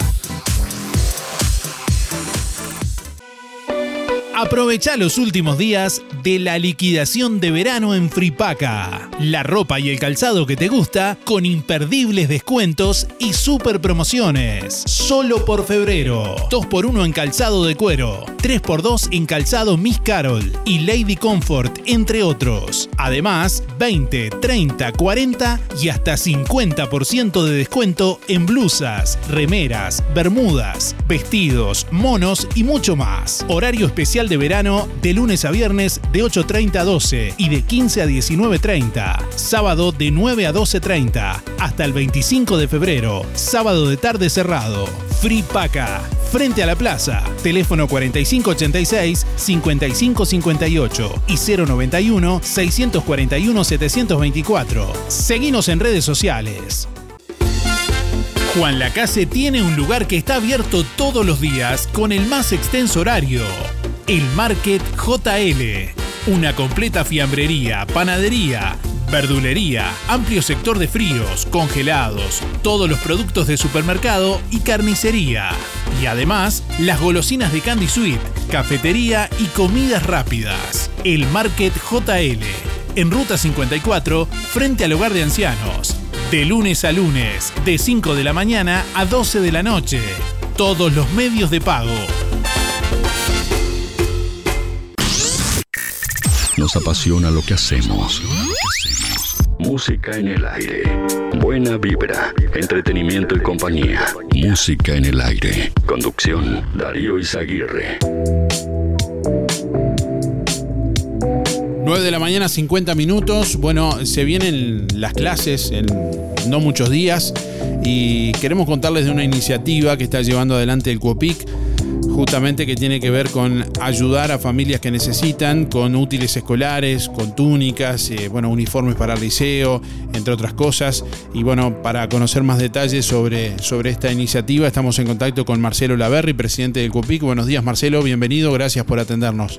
Aprovecha los últimos días de la liquidación de verano en Fripaca. La ropa y el calzado que te gusta con imperdibles descuentos y super promociones. Solo por febrero. dos por uno en calzado de cuero. tres por dos en calzado Miss Carol y Lady Comfort, entre otros. Además, veinte, treinta, cuarenta y hasta cincuenta por ciento de descuento en blusas, remeras, bermudas, vestidos, monos y mucho más. Horario especial de verano de lunes a viernes de ocho treinta a doce y de quince a diecinueve treinta. Sábado de nueve a doce treinta. Hasta el veinticinco de febrero. Sábado de tarde cerrado. Fripaca. frente a la plaza. Teléfono cuarenta y cinco ochenta y seis, cincuenta y cinco cincuenta y ocho y cero noventa y uno, seiscientos cuarenta y uno, setecientos veinticuatro. Seguinos en redes sociales. Juan Lacase tiene un lugar que está abierto todos los días con el más extenso horario. El Market J L. Una completa fiambrería, panadería, verdulería, amplio sector de fríos, congelados, todos los productos de supermercado y carnicería. Y además, las golosinas de Candy Sweet, cafetería y comidas rápidas. El Market J L. En Ruta cincuenta y cuatro, frente al Hogar de Ancianos. De lunes a lunes, de cinco de la mañana a doce de la noche. Todos los medios de pago. Nos apasiona lo que hacemos. Música en el aire. Buena vibra, entretenimiento y compañía. Música en el aire. Conducción, Darío Izaguirre. nueve de la mañana, cincuenta minutos. Bueno, se vienen las clases en no muchos días y queremos contarles de una iniciativa que está llevando adelante el CUOPIC, justamente que tiene que ver con ayudar a familias que necesitan, con útiles escolares, con túnicas, eh, bueno, uniformes para el liceo, entre otras cosas. Y bueno, para conocer más detalles sobre, sobre esta iniciativa, estamos en contacto con Marcelo Laverri, presidente del CUOPIC. Buenos días, Marcelo, bienvenido, gracias por atendernos.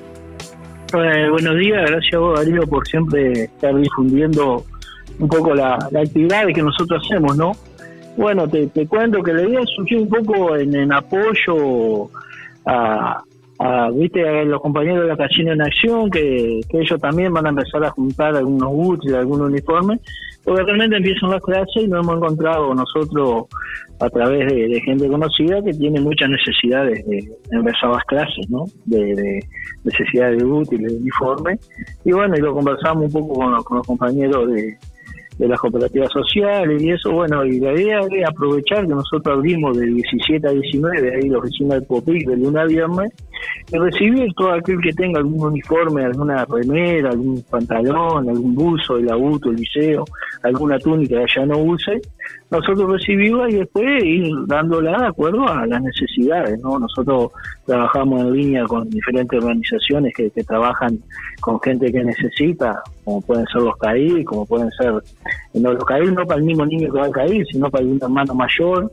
Eh, buenos días, gracias a vos, Darío, por siempre estar difundiendo un poco la, la actividad que nosotros hacemos, ¿no? Bueno, te, te cuento que la idea surgió un poco en, en apoyo a, a, viste, a los compañeros de la Casino en Acción, que, que ellos también van a empezar a juntar algunos útiles, algunos uniformes, porque realmente empiezan las clases y nos hemos encontrado nosotros a través de, de gente conocida que tiene muchas necesidades de empezar las clases, ¿no? De, de necesidades de útiles, de uniformes. Y bueno, y lo conversamos un poco con los, con los compañeros de, de las cooperativas sociales y eso, bueno, y la idea es aprovechar que nosotros abrimos del diecisiete a diecinueve, ahí la oficina del CUOPIC, de lunes a viernes, y recibir todo aquel que tenga algún uniforme, alguna remera, algún pantalón, algún buzo de la U T O, el liceo, alguna túnica que ya no use, nosotros recibirla y después ir dándola de acuerdo a las necesidades, ¿no? Nosotros trabajamos en línea con diferentes organizaciones que, que trabajan con gente que necesita, como pueden ser los C A I, como pueden ser, no los C A I no para el mismo niño que va a C A I, sino para algún hermano mayor,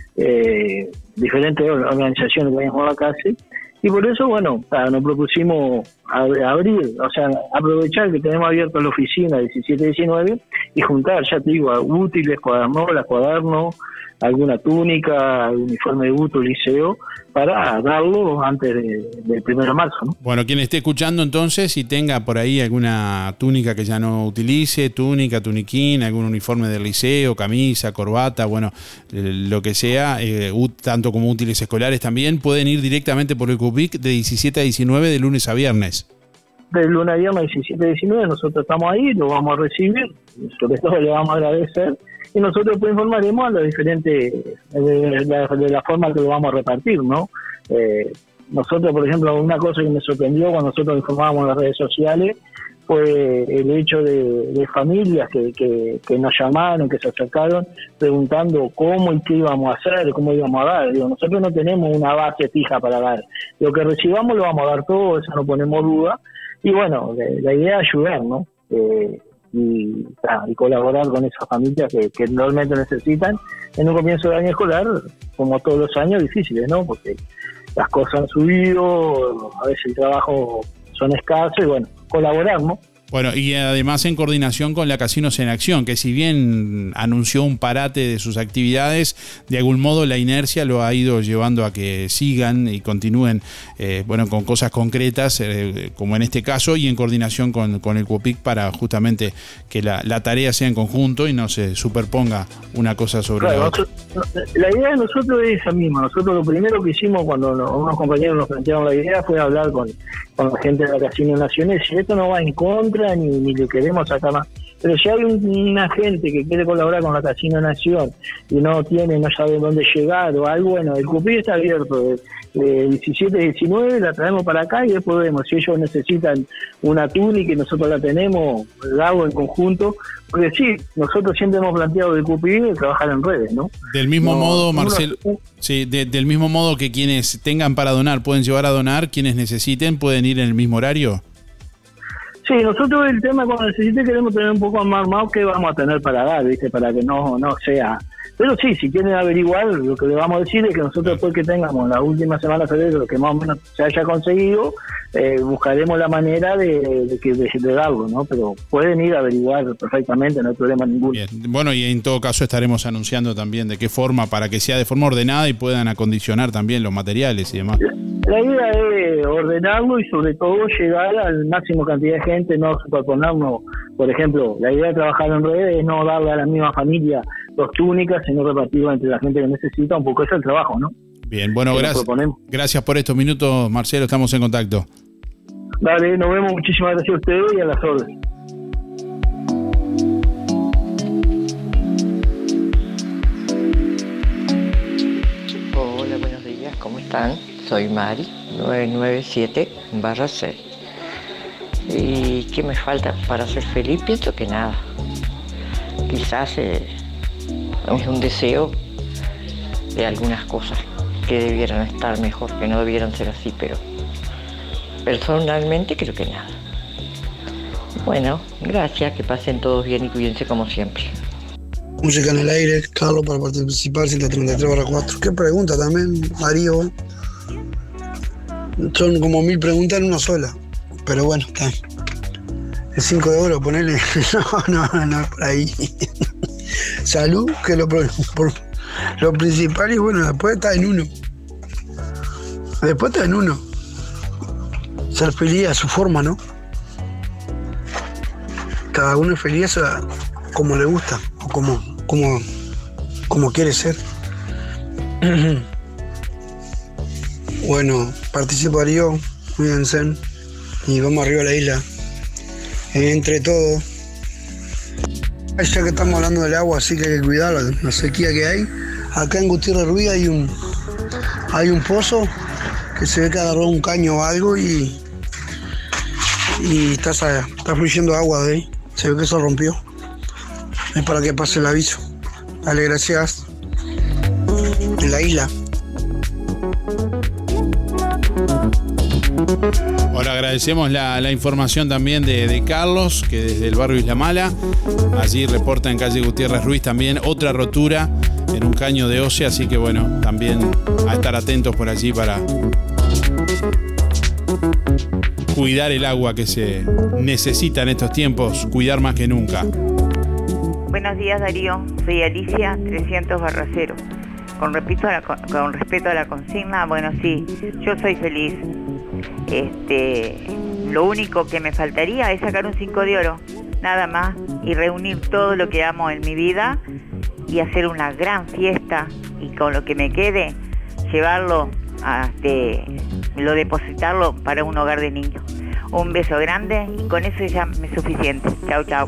eh, diferentes organizaciones que vayan a la casa. Y por eso, bueno, nos propusimos abrir, o sea, aprovechar que tenemos abierta la oficina diecisiete diecinueve y juntar, ya te digo, útiles, cuadernos, cuadernos, alguna túnica, algún uniforme de U T O, liceo, para darlo antes de, del primero de marzo, ¿no? Bueno, quien esté escuchando entonces y tenga por ahí alguna túnica que ya no utilice, túnica, tuniquín, algún uniforme del liceo, camisa, corbata, bueno, lo que sea, eh, tanto como útiles escolares también, pueden ir directamente por el CUOPIC de diecisiete a diecinueve de lunes a viernes. De lunes a viernes diecisiete a diecinueve nosotros estamos ahí, lo vamos a recibir, sobre todo le vamos a agradecer y nosotros pues informaremos a los diferentes, de la, de la forma que lo vamos a repartir, ¿no? Eh, nosotros, por ejemplo, una cosa que me sorprendió cuando nosotros informábamos en las redes sociales fue el hecho de, de familias que, que, que nos llamaron, que se acercaron preguntando cómo y qué íbamos a hacer, cómo íbamos a dar. Digo, nosotros no tenemos una base fija para dar. Lo que recibamos lo vamos a dar todo, eso no ponemos duda. Y bueno, la, la idea es ayudar, ¿no? Eh, y, y colaborar con esas familias que, que realmente necesitan en un comienzo de año escolar, como todos los años, difíciles, ¿no? Porque las cosas han subido, a veces el trabajo son escasos y bueno, colaborar, ¿no? Bueno, y además en coordinación con la Casinos en Acción, que si bien anunció un parate de sus actividades, de algún modo la inercia lo ha ido llevando a que sigan y continúen, eh, bueno, con cosas concretas, eh, como en este caso, y en coordinación con, con el CUOPIC para justamente que la, la tarea sea en conjunto y no se superponga una cosa sobre claro, la otra. Nosotros, la idea de nosotros es esa misma. Nosotros lo primero que hicimos cuando nos, unos compañeros nos plantearon la idea fue hablar con, con la gente de la Casinos Naciones, y esto no va en contra ni, ni le queremos sacar más. Pero si hay un, una gente que quiere colaborar con la Casino Nación y no tiene, no sabe dónde llegar o algo, bueno, el Cupí está abierto de, de diecisiete a diecinueve, la traemos para acá y después vemos si ellos necesitan una túnica y nosotros la tenemos, la hago en conjunto, porque sí, nosotros siempre hemos planteado el Cupí de trabajar en redes, ¿no? Del mismo No, modo, uno- Marcelo, sí, de- del mismo modo que quienes tengan para donar pueden llevar a donar, quienes necesiten pueden ir en el mismo horario. Sí, nosotros el tema cuando necesite queremos tener un poco más armado qué vamos a tener para dar, ¿viste? Para que no no sea... Pero sí, si quieren averiguar, lo que le vamos a decir es que nosotros después que tengamos la última semana de febrero, lo que más o menos se haya conseguido, eh, buscaremos la manera de, de, que- de, de darlo, ¿no? Pero pueden ir a averiguar perfectamente, no hay problema ninguno. Bien. Bueno, y en todo caso estaremos anunciando también de qué forma, para que sea de forma ordenada y puedan acondicionar también los materiales y demás. La idea es ordenarlo y sobre todo llegar al máximo cantidad de gente, no superponernos. Por ejemplo, la idea de trabajar en redes es no darle a la misma familia dos túnicas, sino repartirlo entre la gente que necesita, un poco eso es el trabajo, ¿no? Bien, bueno, Que nos gracias. proponemos. Gracias por estos minutos, Marcelo, estamos en contacto. Dale, nos vemos, muchísimas gracias a ustedes y a las órdenes. Hola, buenos días, ¿cómo están? Soy Mari, nueve nueve siete barra seis. ¿Y qué me falta para ser feliz? Pienso que nada. Quizás eh, es un deseo de algunas cosas que debieran estar mejor, que no debieran ser así, pero personalmente creo que nada. Bueno, gracias, que pasen todos bien y cuídense como siempre. Música en el aire, Carlos, para participar, ciento treinta y tres barra cuatro. Qué pregunta también, Darío. Son como mil preguntas en una sola. Pero bueno, está. El cinco de oro, ponele. No, no, no, por ahí. Salud, que es lo, pro- por- lo principal, y bueno, después está en uno. Después está en uno. Ser feliz a su forma, ¿no? Cada uno es feliz a como le gusta, o como, como, como quiere ser. Bueno, participaría, cuídense, y vamos arriba a la isla. Entre todos. Ya que estamos hablando del agua, así que hay que cuidar la, la sequía que hay. Acá en Gutiérrez Ruiz hay un, hay un pozo que se ve que agarró un caño o algo y, y está, está fluyendo agua de ahí. Se ve que se rompió. Es para que pase el aviso. Dale, gracias. En la isla. Ahora agradecemos la, la información también de, de Carlos, que desde el barrio Isla Mala, allí reporta en calle Gutiérrez Ruiz también otra rotura en un caño de Oce, así que bueno, también a estar atentos por allí para cuidar el agua que se necesita en estos tiempos, cuidar más que nunca. Buenos días, Darío. Soy Alicia, trescientos barra cero. Con, repito a la, con respeto a la consigna, bueno, sí, yo soy feliz. Este, lo único que me faltaría es sacar un cinco de oro, nada más, y reunir todo lo que amo en mi vida y hacer una gran fiesta y con lo que me quede, llevarlo a este, lo depositarlo para un hogar de niños. Un beso grande y con eso ya me es suficiente. Chau, chau.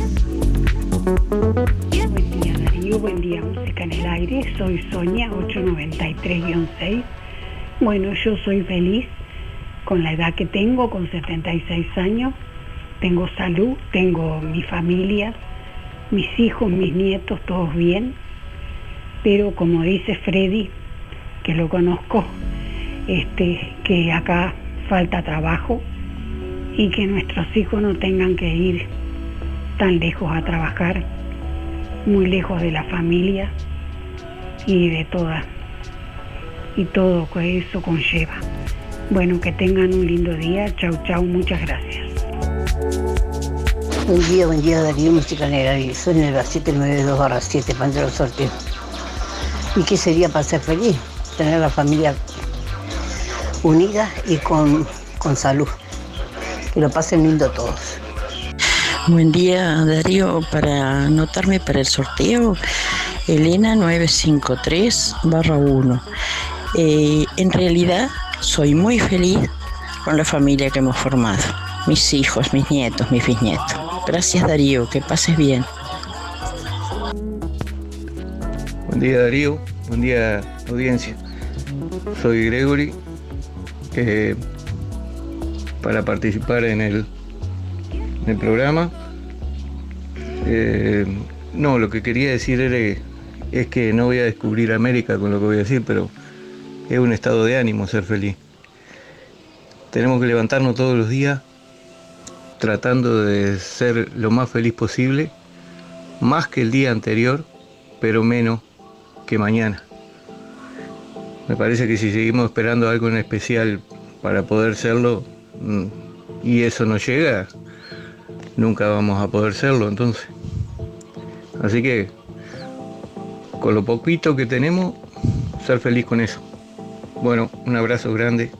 Buen día, Darío. Buen día, Música en el Aire. Soy Sonia, ocho noventa y tres guión seis. Bueno, yo soy feliz con la edad que tengo, con setenta y seis años. Tengo salud, tengo mi familia, mis hijos, mis nietos, todos bien. Pero como dice Freddy, que lo conozco, este, que acá falta trabajo y que nuestros hijos no tengan que ir tan lejos a trabajar, muy lejos de la familia y de toda y todo que eso conlleva. Bueno, que tengan un lindo día. Chau, chau, muchas gracias. Buen día, buen día, Darío, Música en el Aire. Soy en el siete nueve dos barra siete, pan de los sorteos. ¿Y qué sería para ser feliz? Tener la familia unida y con, con salud. Que lo pasen lindo todos. Buen día, Darío. Para anotarme para el sorteo, Elena nueve cinco tres barra uno. Eh, en realidad soy muy feliz con la familia que hemos formado. Mis hijos, mis nietos, mis bisnietos. Gracias Darío, que pases bien. Buen día Darío, buen día audiencia. Soy Gregory, eh, para participar en el, en el programa. Eh, no, lo que quería decir era, es que no voy a descubrir América con lo que voy a decir, pero es un estado de ánimo ser feliz. Tenemos que levantarnos todos los días tratando de ser lo más feliz posible, más que el día anterior, pero menos que mañana. Me parece que si seguimos esperando algo en especial para poder serlo, y eso no llega, nunca vamos a poder serlo, entonces. Así que, con lo poquito que tenemos, ser feliz con eso. Bueno, un abrazo grande.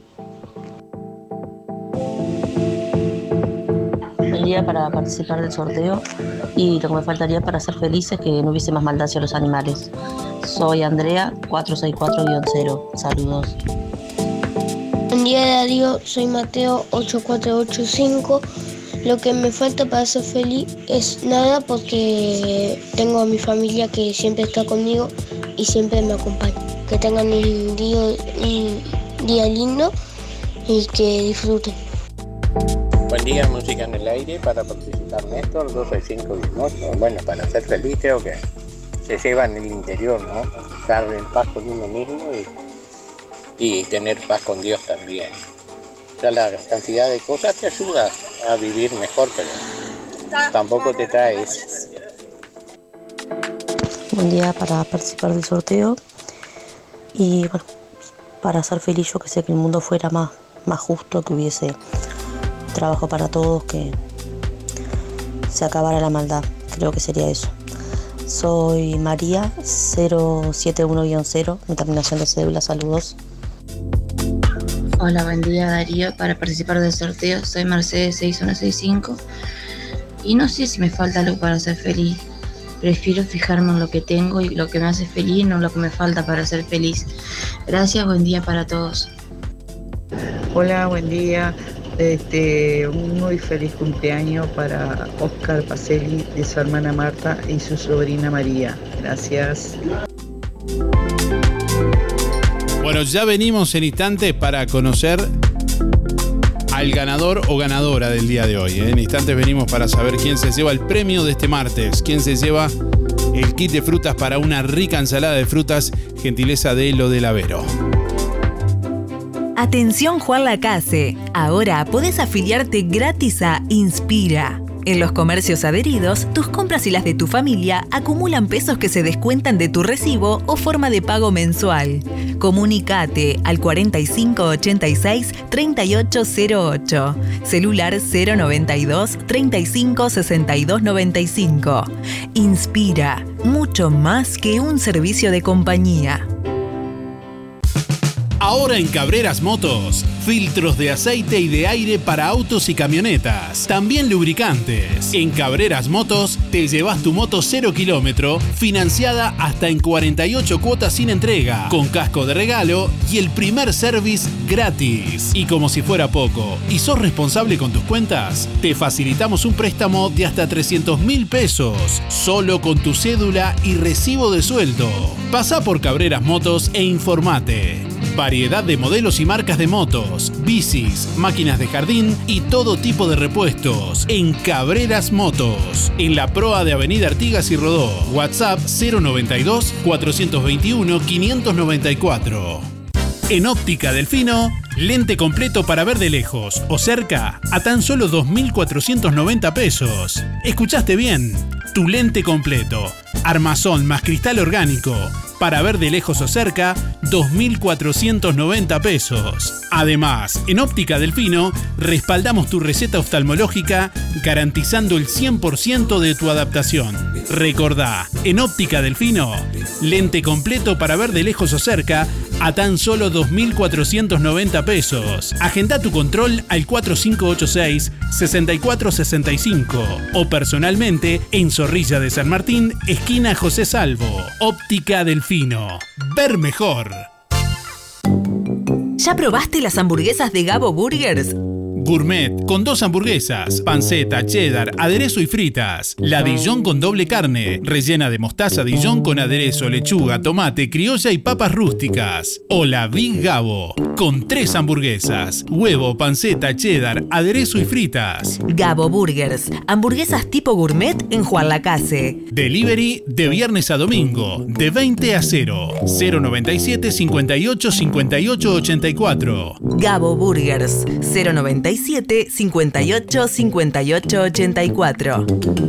El día para participar del sorteo, y lo que me faltaría para ser feliz es que no hubiese más maldad hacia los animales. Soy Andrea, cuatro seis cuatro guión cero. Saludos. Buen día Darío, soy Mateo, ocho cuatro ocho cinco. Lo que me falta para ser feliz es nada, porque tengo a mi familia que siempre está conmigo y siempre me acompaña. Que tengan un día, un día lindo y que disfruten. Buen día, música en el aire, para participar Néstor, dos seis cinco uno. Bueno, para ser feliz creo que se lleva en el interior, ¿no? Estar en paz con uno mismo y, y tener paz con Dios también. Ya la cantidad de cosas te ayuda a vivir mejor, pero tampoco te traes. Buen día para participar del sorteo. Y bueno, para ser feliz, yo que sé que el mundo fuera más, más justo, que hubiese trabajo para todos, que se acabara la maldad. Creo que sería eso. Soy María, cero siete uno guión cero, mi terminación de cédula. Saludos. Hola, buen día Darío, para participar del sorteo soy Mercedes seis uno seis cinco y no sé si me falta algo para ser feliz. Prefiero fijarme en lo que tengo y lo que me hace feliz, no lo que me falta para ser feliz. Gracias, buen día para todos. Hola, buen día. Este, un muy feliz cumpleaños para Oscar Pacelli, de su hermana Marta y su sobrina María. Gracias. Bueno, ya venimos en instantes para conocer al ganador o ganadora del día de hoy. ¿eh? En instantes venimos para saber quién se lleva el premio de este martes, quién se lleva el kit de frutas para una rica ensalada de frutas, gentileza de Lo del Avero. Atención Juan Lacase, ahora podés afiliarte gratis a Inspira. En los comercios adheridos, tus compras y las de tu familia acumulan pesos que se descuentan de tu recibo o forma de pago mensual. Comunicate al cuarenta y cinco ochenta y seis treinta y ocho cero ocho, celular cero noventa y dos treinta y cinco sesenta y dos noventa y cinco. Inspira, mucho más que un servicio de compañía. Ahora en Cabreras Motos, filtros de aceite y de aire para autos y camionetas. También lubricantes. En Cabreras Motos te llevas tu moto cero kilómetro, financiada hasta en cuarenta y ocho cuotas sin entrega, con casco de regalo y el primer service gratis. Y como si fuera poco, y sos responsable con tus cuentas, te facilitamos un préstamo de hasta trescientos mil pesos, solo con tu cédula y recibo de sueldo. Pasá por Cabreras Motos e informate. Variedad de modelos y marcas de motos, bicis, máquinas de jardín y todo tipo de repuestos en Cabreras Motos, en la proa de Avenida Artigas y Rodó. WhatsApp cero noventa y dos cuatrocientos veintiuno quinientos noventa y cuatro. En Óptica Delfino, lente completo para ver de lejos o cerca a tan solo dos mil cuatrocientos noventa pesos. ¿Escuchaste bien? Tu lente completo, armazón más cristal orgánico, para ver de lejos o cerca, dos mil cuatrocientos noventa pesos. Además, en Óptica Delfino, respaldamos tu receta oftalmológica garantizando el cien por ciento de tu adaptación. Recordá, en Óptica Delfino, lente completo para ver de lejos o cerca a tan solo dos mil cuatrocientos noventa pesos. Agenda tu control al cuatro cinco ocho seis seis cuatro seis cinco o personalmente en Zorrilla de San Martín, esquina José Salvo. Óptica Delfino. Ver mejor. ¿Ya probaste las hamburguesas de Gabo Burgers? Gourmet con dos hamburguesas, panceta, cheddar, aderezo y fritas. La Dijon con doble carne, rellena de mostaza Dijon con aderezo, lechuga, tomate, criolla y papas rústicas. O la Big Gabo con tres hamburguesas, huevo, panceta, cheddar, aderezo y fritas. Gabo Burgers, hamburguesas tipo gourmet en Juan Lacase. Delivery de viernes a domingo, de veinte a cero. cero noventa y siete, cincuenta y ocho, cincuenta y ocho, ochenta y cuatro. Gabo Burgers, cero noventa y siete, cincuenta y ocho, cincuenta y ocho, ochenta y cuatro.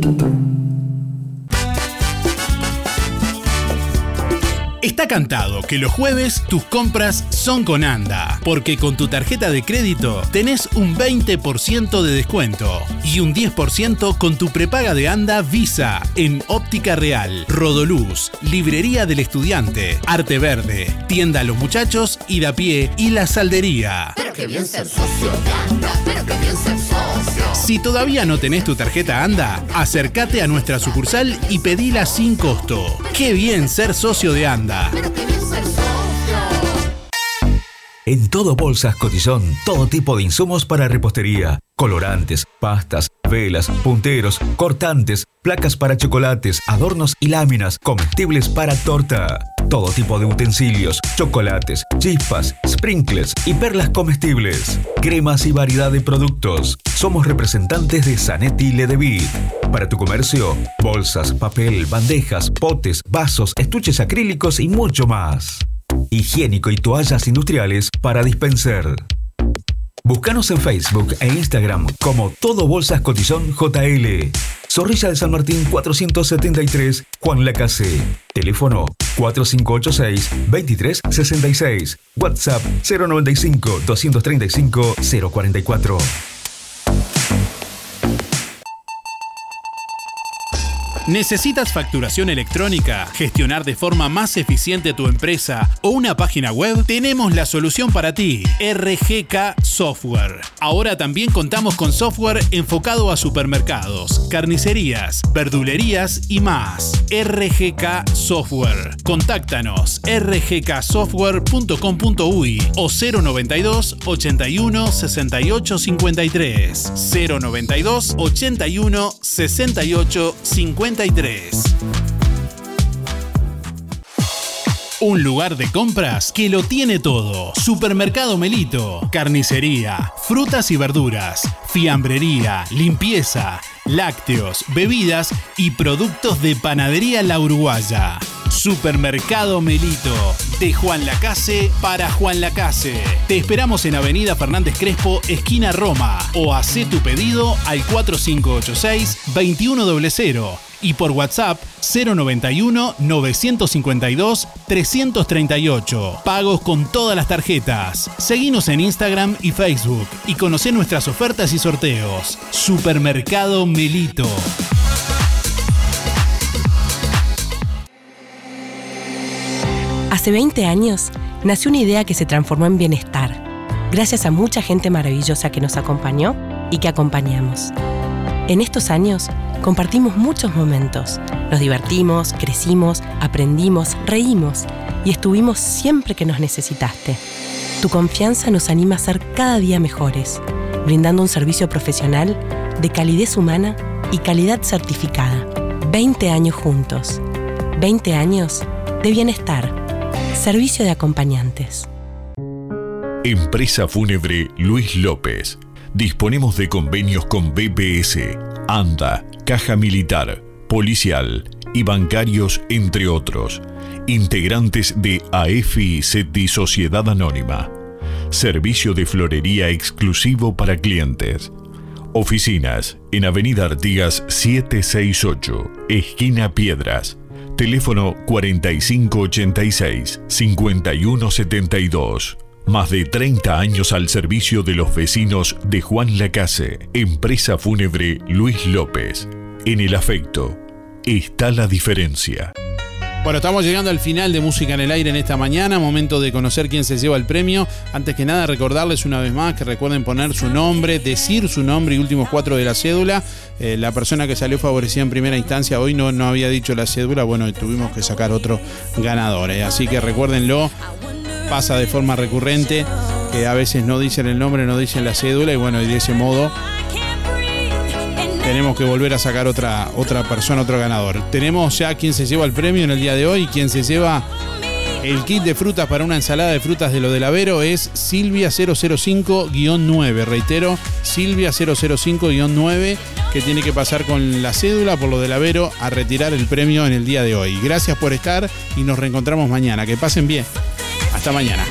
Está cantado que los jueves tus compras son con Anda, porque con tu tarjeta de crédito tenés un veinte por ciento de descuento y un diez por ciento con tu prepaga de Anda Visa en Óptica Real, Rodoluz, Librería del Estudiante, Arte Verde, Tienda Los Muchachos, Irapié y La Saldería. Pero qué bien ser socio de Anda, pero qué bien ser socio. Si todavía no tenés tu tarjeta Anda, acércate a nuestra sucursal y pedila sin costo. Qué bien ser socio de Anda. En Todo Bolsas Cotillón, todo tipo de insumos para repostería, colorantes, pastas, velas, punteros, cortantes, placas para chocolates, adornos y láminas, comestibles para torta. Todo tipo de utensilios, chocolates, chispas, sprinkles y perlas comestibles. Cremas y variedad de productos. Somos representantes de Zanetti Ledevit. Para tu comercio, bolsas, papel, bandejas, potes, vasos, estuches acrílicos y mucho más. Higiénico y toallas industriales para dispenser. Búscanos en Facebook e Instagram como Todo Bolsas Cotillón J L. Zorrilla de San Martín cuatrocientos setenta y tres, Juan Lacase. Teléfono cuatro cinco ocho seis, dos tres seis seis. WhatsApp cero noventa y cinco, doscientos treinta y cinco, cero cuarenta y cuatro. ¿Necesitas facturación electrónica, gestionar de forma más eficiente tu empresa o una página web? Tenemos la solución para ti, R G K Software. Ahora también contamos con software enfocado a supermercados, carnicerías, verdulerías y más. R G K Software. Contáctanos r g k software punto com punto u y o cero noventa y dos, ochenta y uno, sesenta y ocho, cincuenta y tres. cero noventa y dos, ochenta y uno, sesenta y ocho, cincuenta y tres. Un lugar de compras que lo tiene todo. Supermercado Melito, carnicería, frutas y verduras, fiambrería, limpieza, lácteos, bebidas y productos de panadería La Uruguaya. Supermercado Melito, de Juan Lacase para Juan Lacase. Te esperamos en Avenida Fernández Crespo, esquina Roma, o hacé tu pedido al cuatro cinco ocho seis, veintiuno cero cero y por WhatsApp cero noventa y uno, novecientos cincuenta y dos, trescientos treinta y ocho. Pagos con todas las tarjetas. Seguinos en Instagram y Facebook y conocé nuestras ofertas y sorteos. Supermercado Melito. Hace veinte años nació una idea que se transformó en bienestar, gracias a mucha gente maravillosa que nos acompañó y que acompañamos. En estos años compartimos muchos momentos, nos divertimos, crecimos, aprendimos, reímos y estuvimos siempre que nos necesitaste. Tu confianza nos anima a ser cada día mejores, brindando un servicio profesional de calidez humana y calidad certificada. veinte años juntos, veinte años de bienestar. Servicio de acompañantes. Empresa Fúnebre Luis López. Disponemos de convenios con B P S, ANDA, Caja Militar, Policial y bancarios, entre otros. Integrantes de A F I SETI Sociedad Anónima. Servicio de florería exclusivo para clientes. Oficinas en Avenida Artigas setecientos sesenta y ocho, esquina Piedras. Teléfono cuarenta y cinco ochenta y seis, cincuenta y uno setenta y dos. Más de treinta años al servicio de los vecinos de Juan Lacase. Empresa Fúnebre Luis López. En el afecto está la diferencia. Bueno, estamos llegando al final de Música en el Aire en esta mañana. Momento de conocer quién se lleva el premio. Antes que nada, recordarles una vez más que recuerden poner su nombre, decir su nombre y últimos cuatro de la cédula. Eh, la persona que salió favorecida en primera instancia hoy no, no había dicho la cédula. Bueno, tuvimos que sacar otro ganador. Eh. Así que recuérdenlo. Pasa de forma recurrente que a veces no dicen el nombre, no dicen la cédula, y bueno, y de ese modo tenemos que volver a sacar otra, otra persona, otro ganador. Tenemos ya quien se lleva el premio en el día de hoy, quien se lleva el kit de frutas para una ensalada de frutas de lo del Avero es Silvia cero cero cinco guión nueve. Reitero, Silvia cero cero cinco guión nueve, que tiene que pasar con la cédula por lo del Avero a retirar el premio en el día de hoy. Gracias por estar y nos reencontramos mañana. Que pasen bien. Hasta mañana.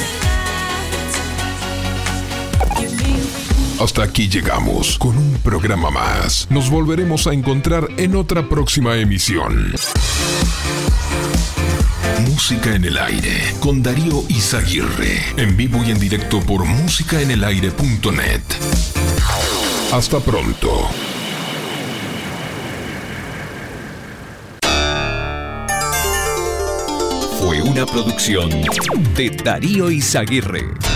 Hasta aquí llegamos con un programa más. Nos volveremos a encontrar en otra próxima emisión. Música en el aire con Darío Izaguirre, en vivo y en directo por música en el aire punto net. Hasta pronto. Fue una producción de Darío Izaguirre.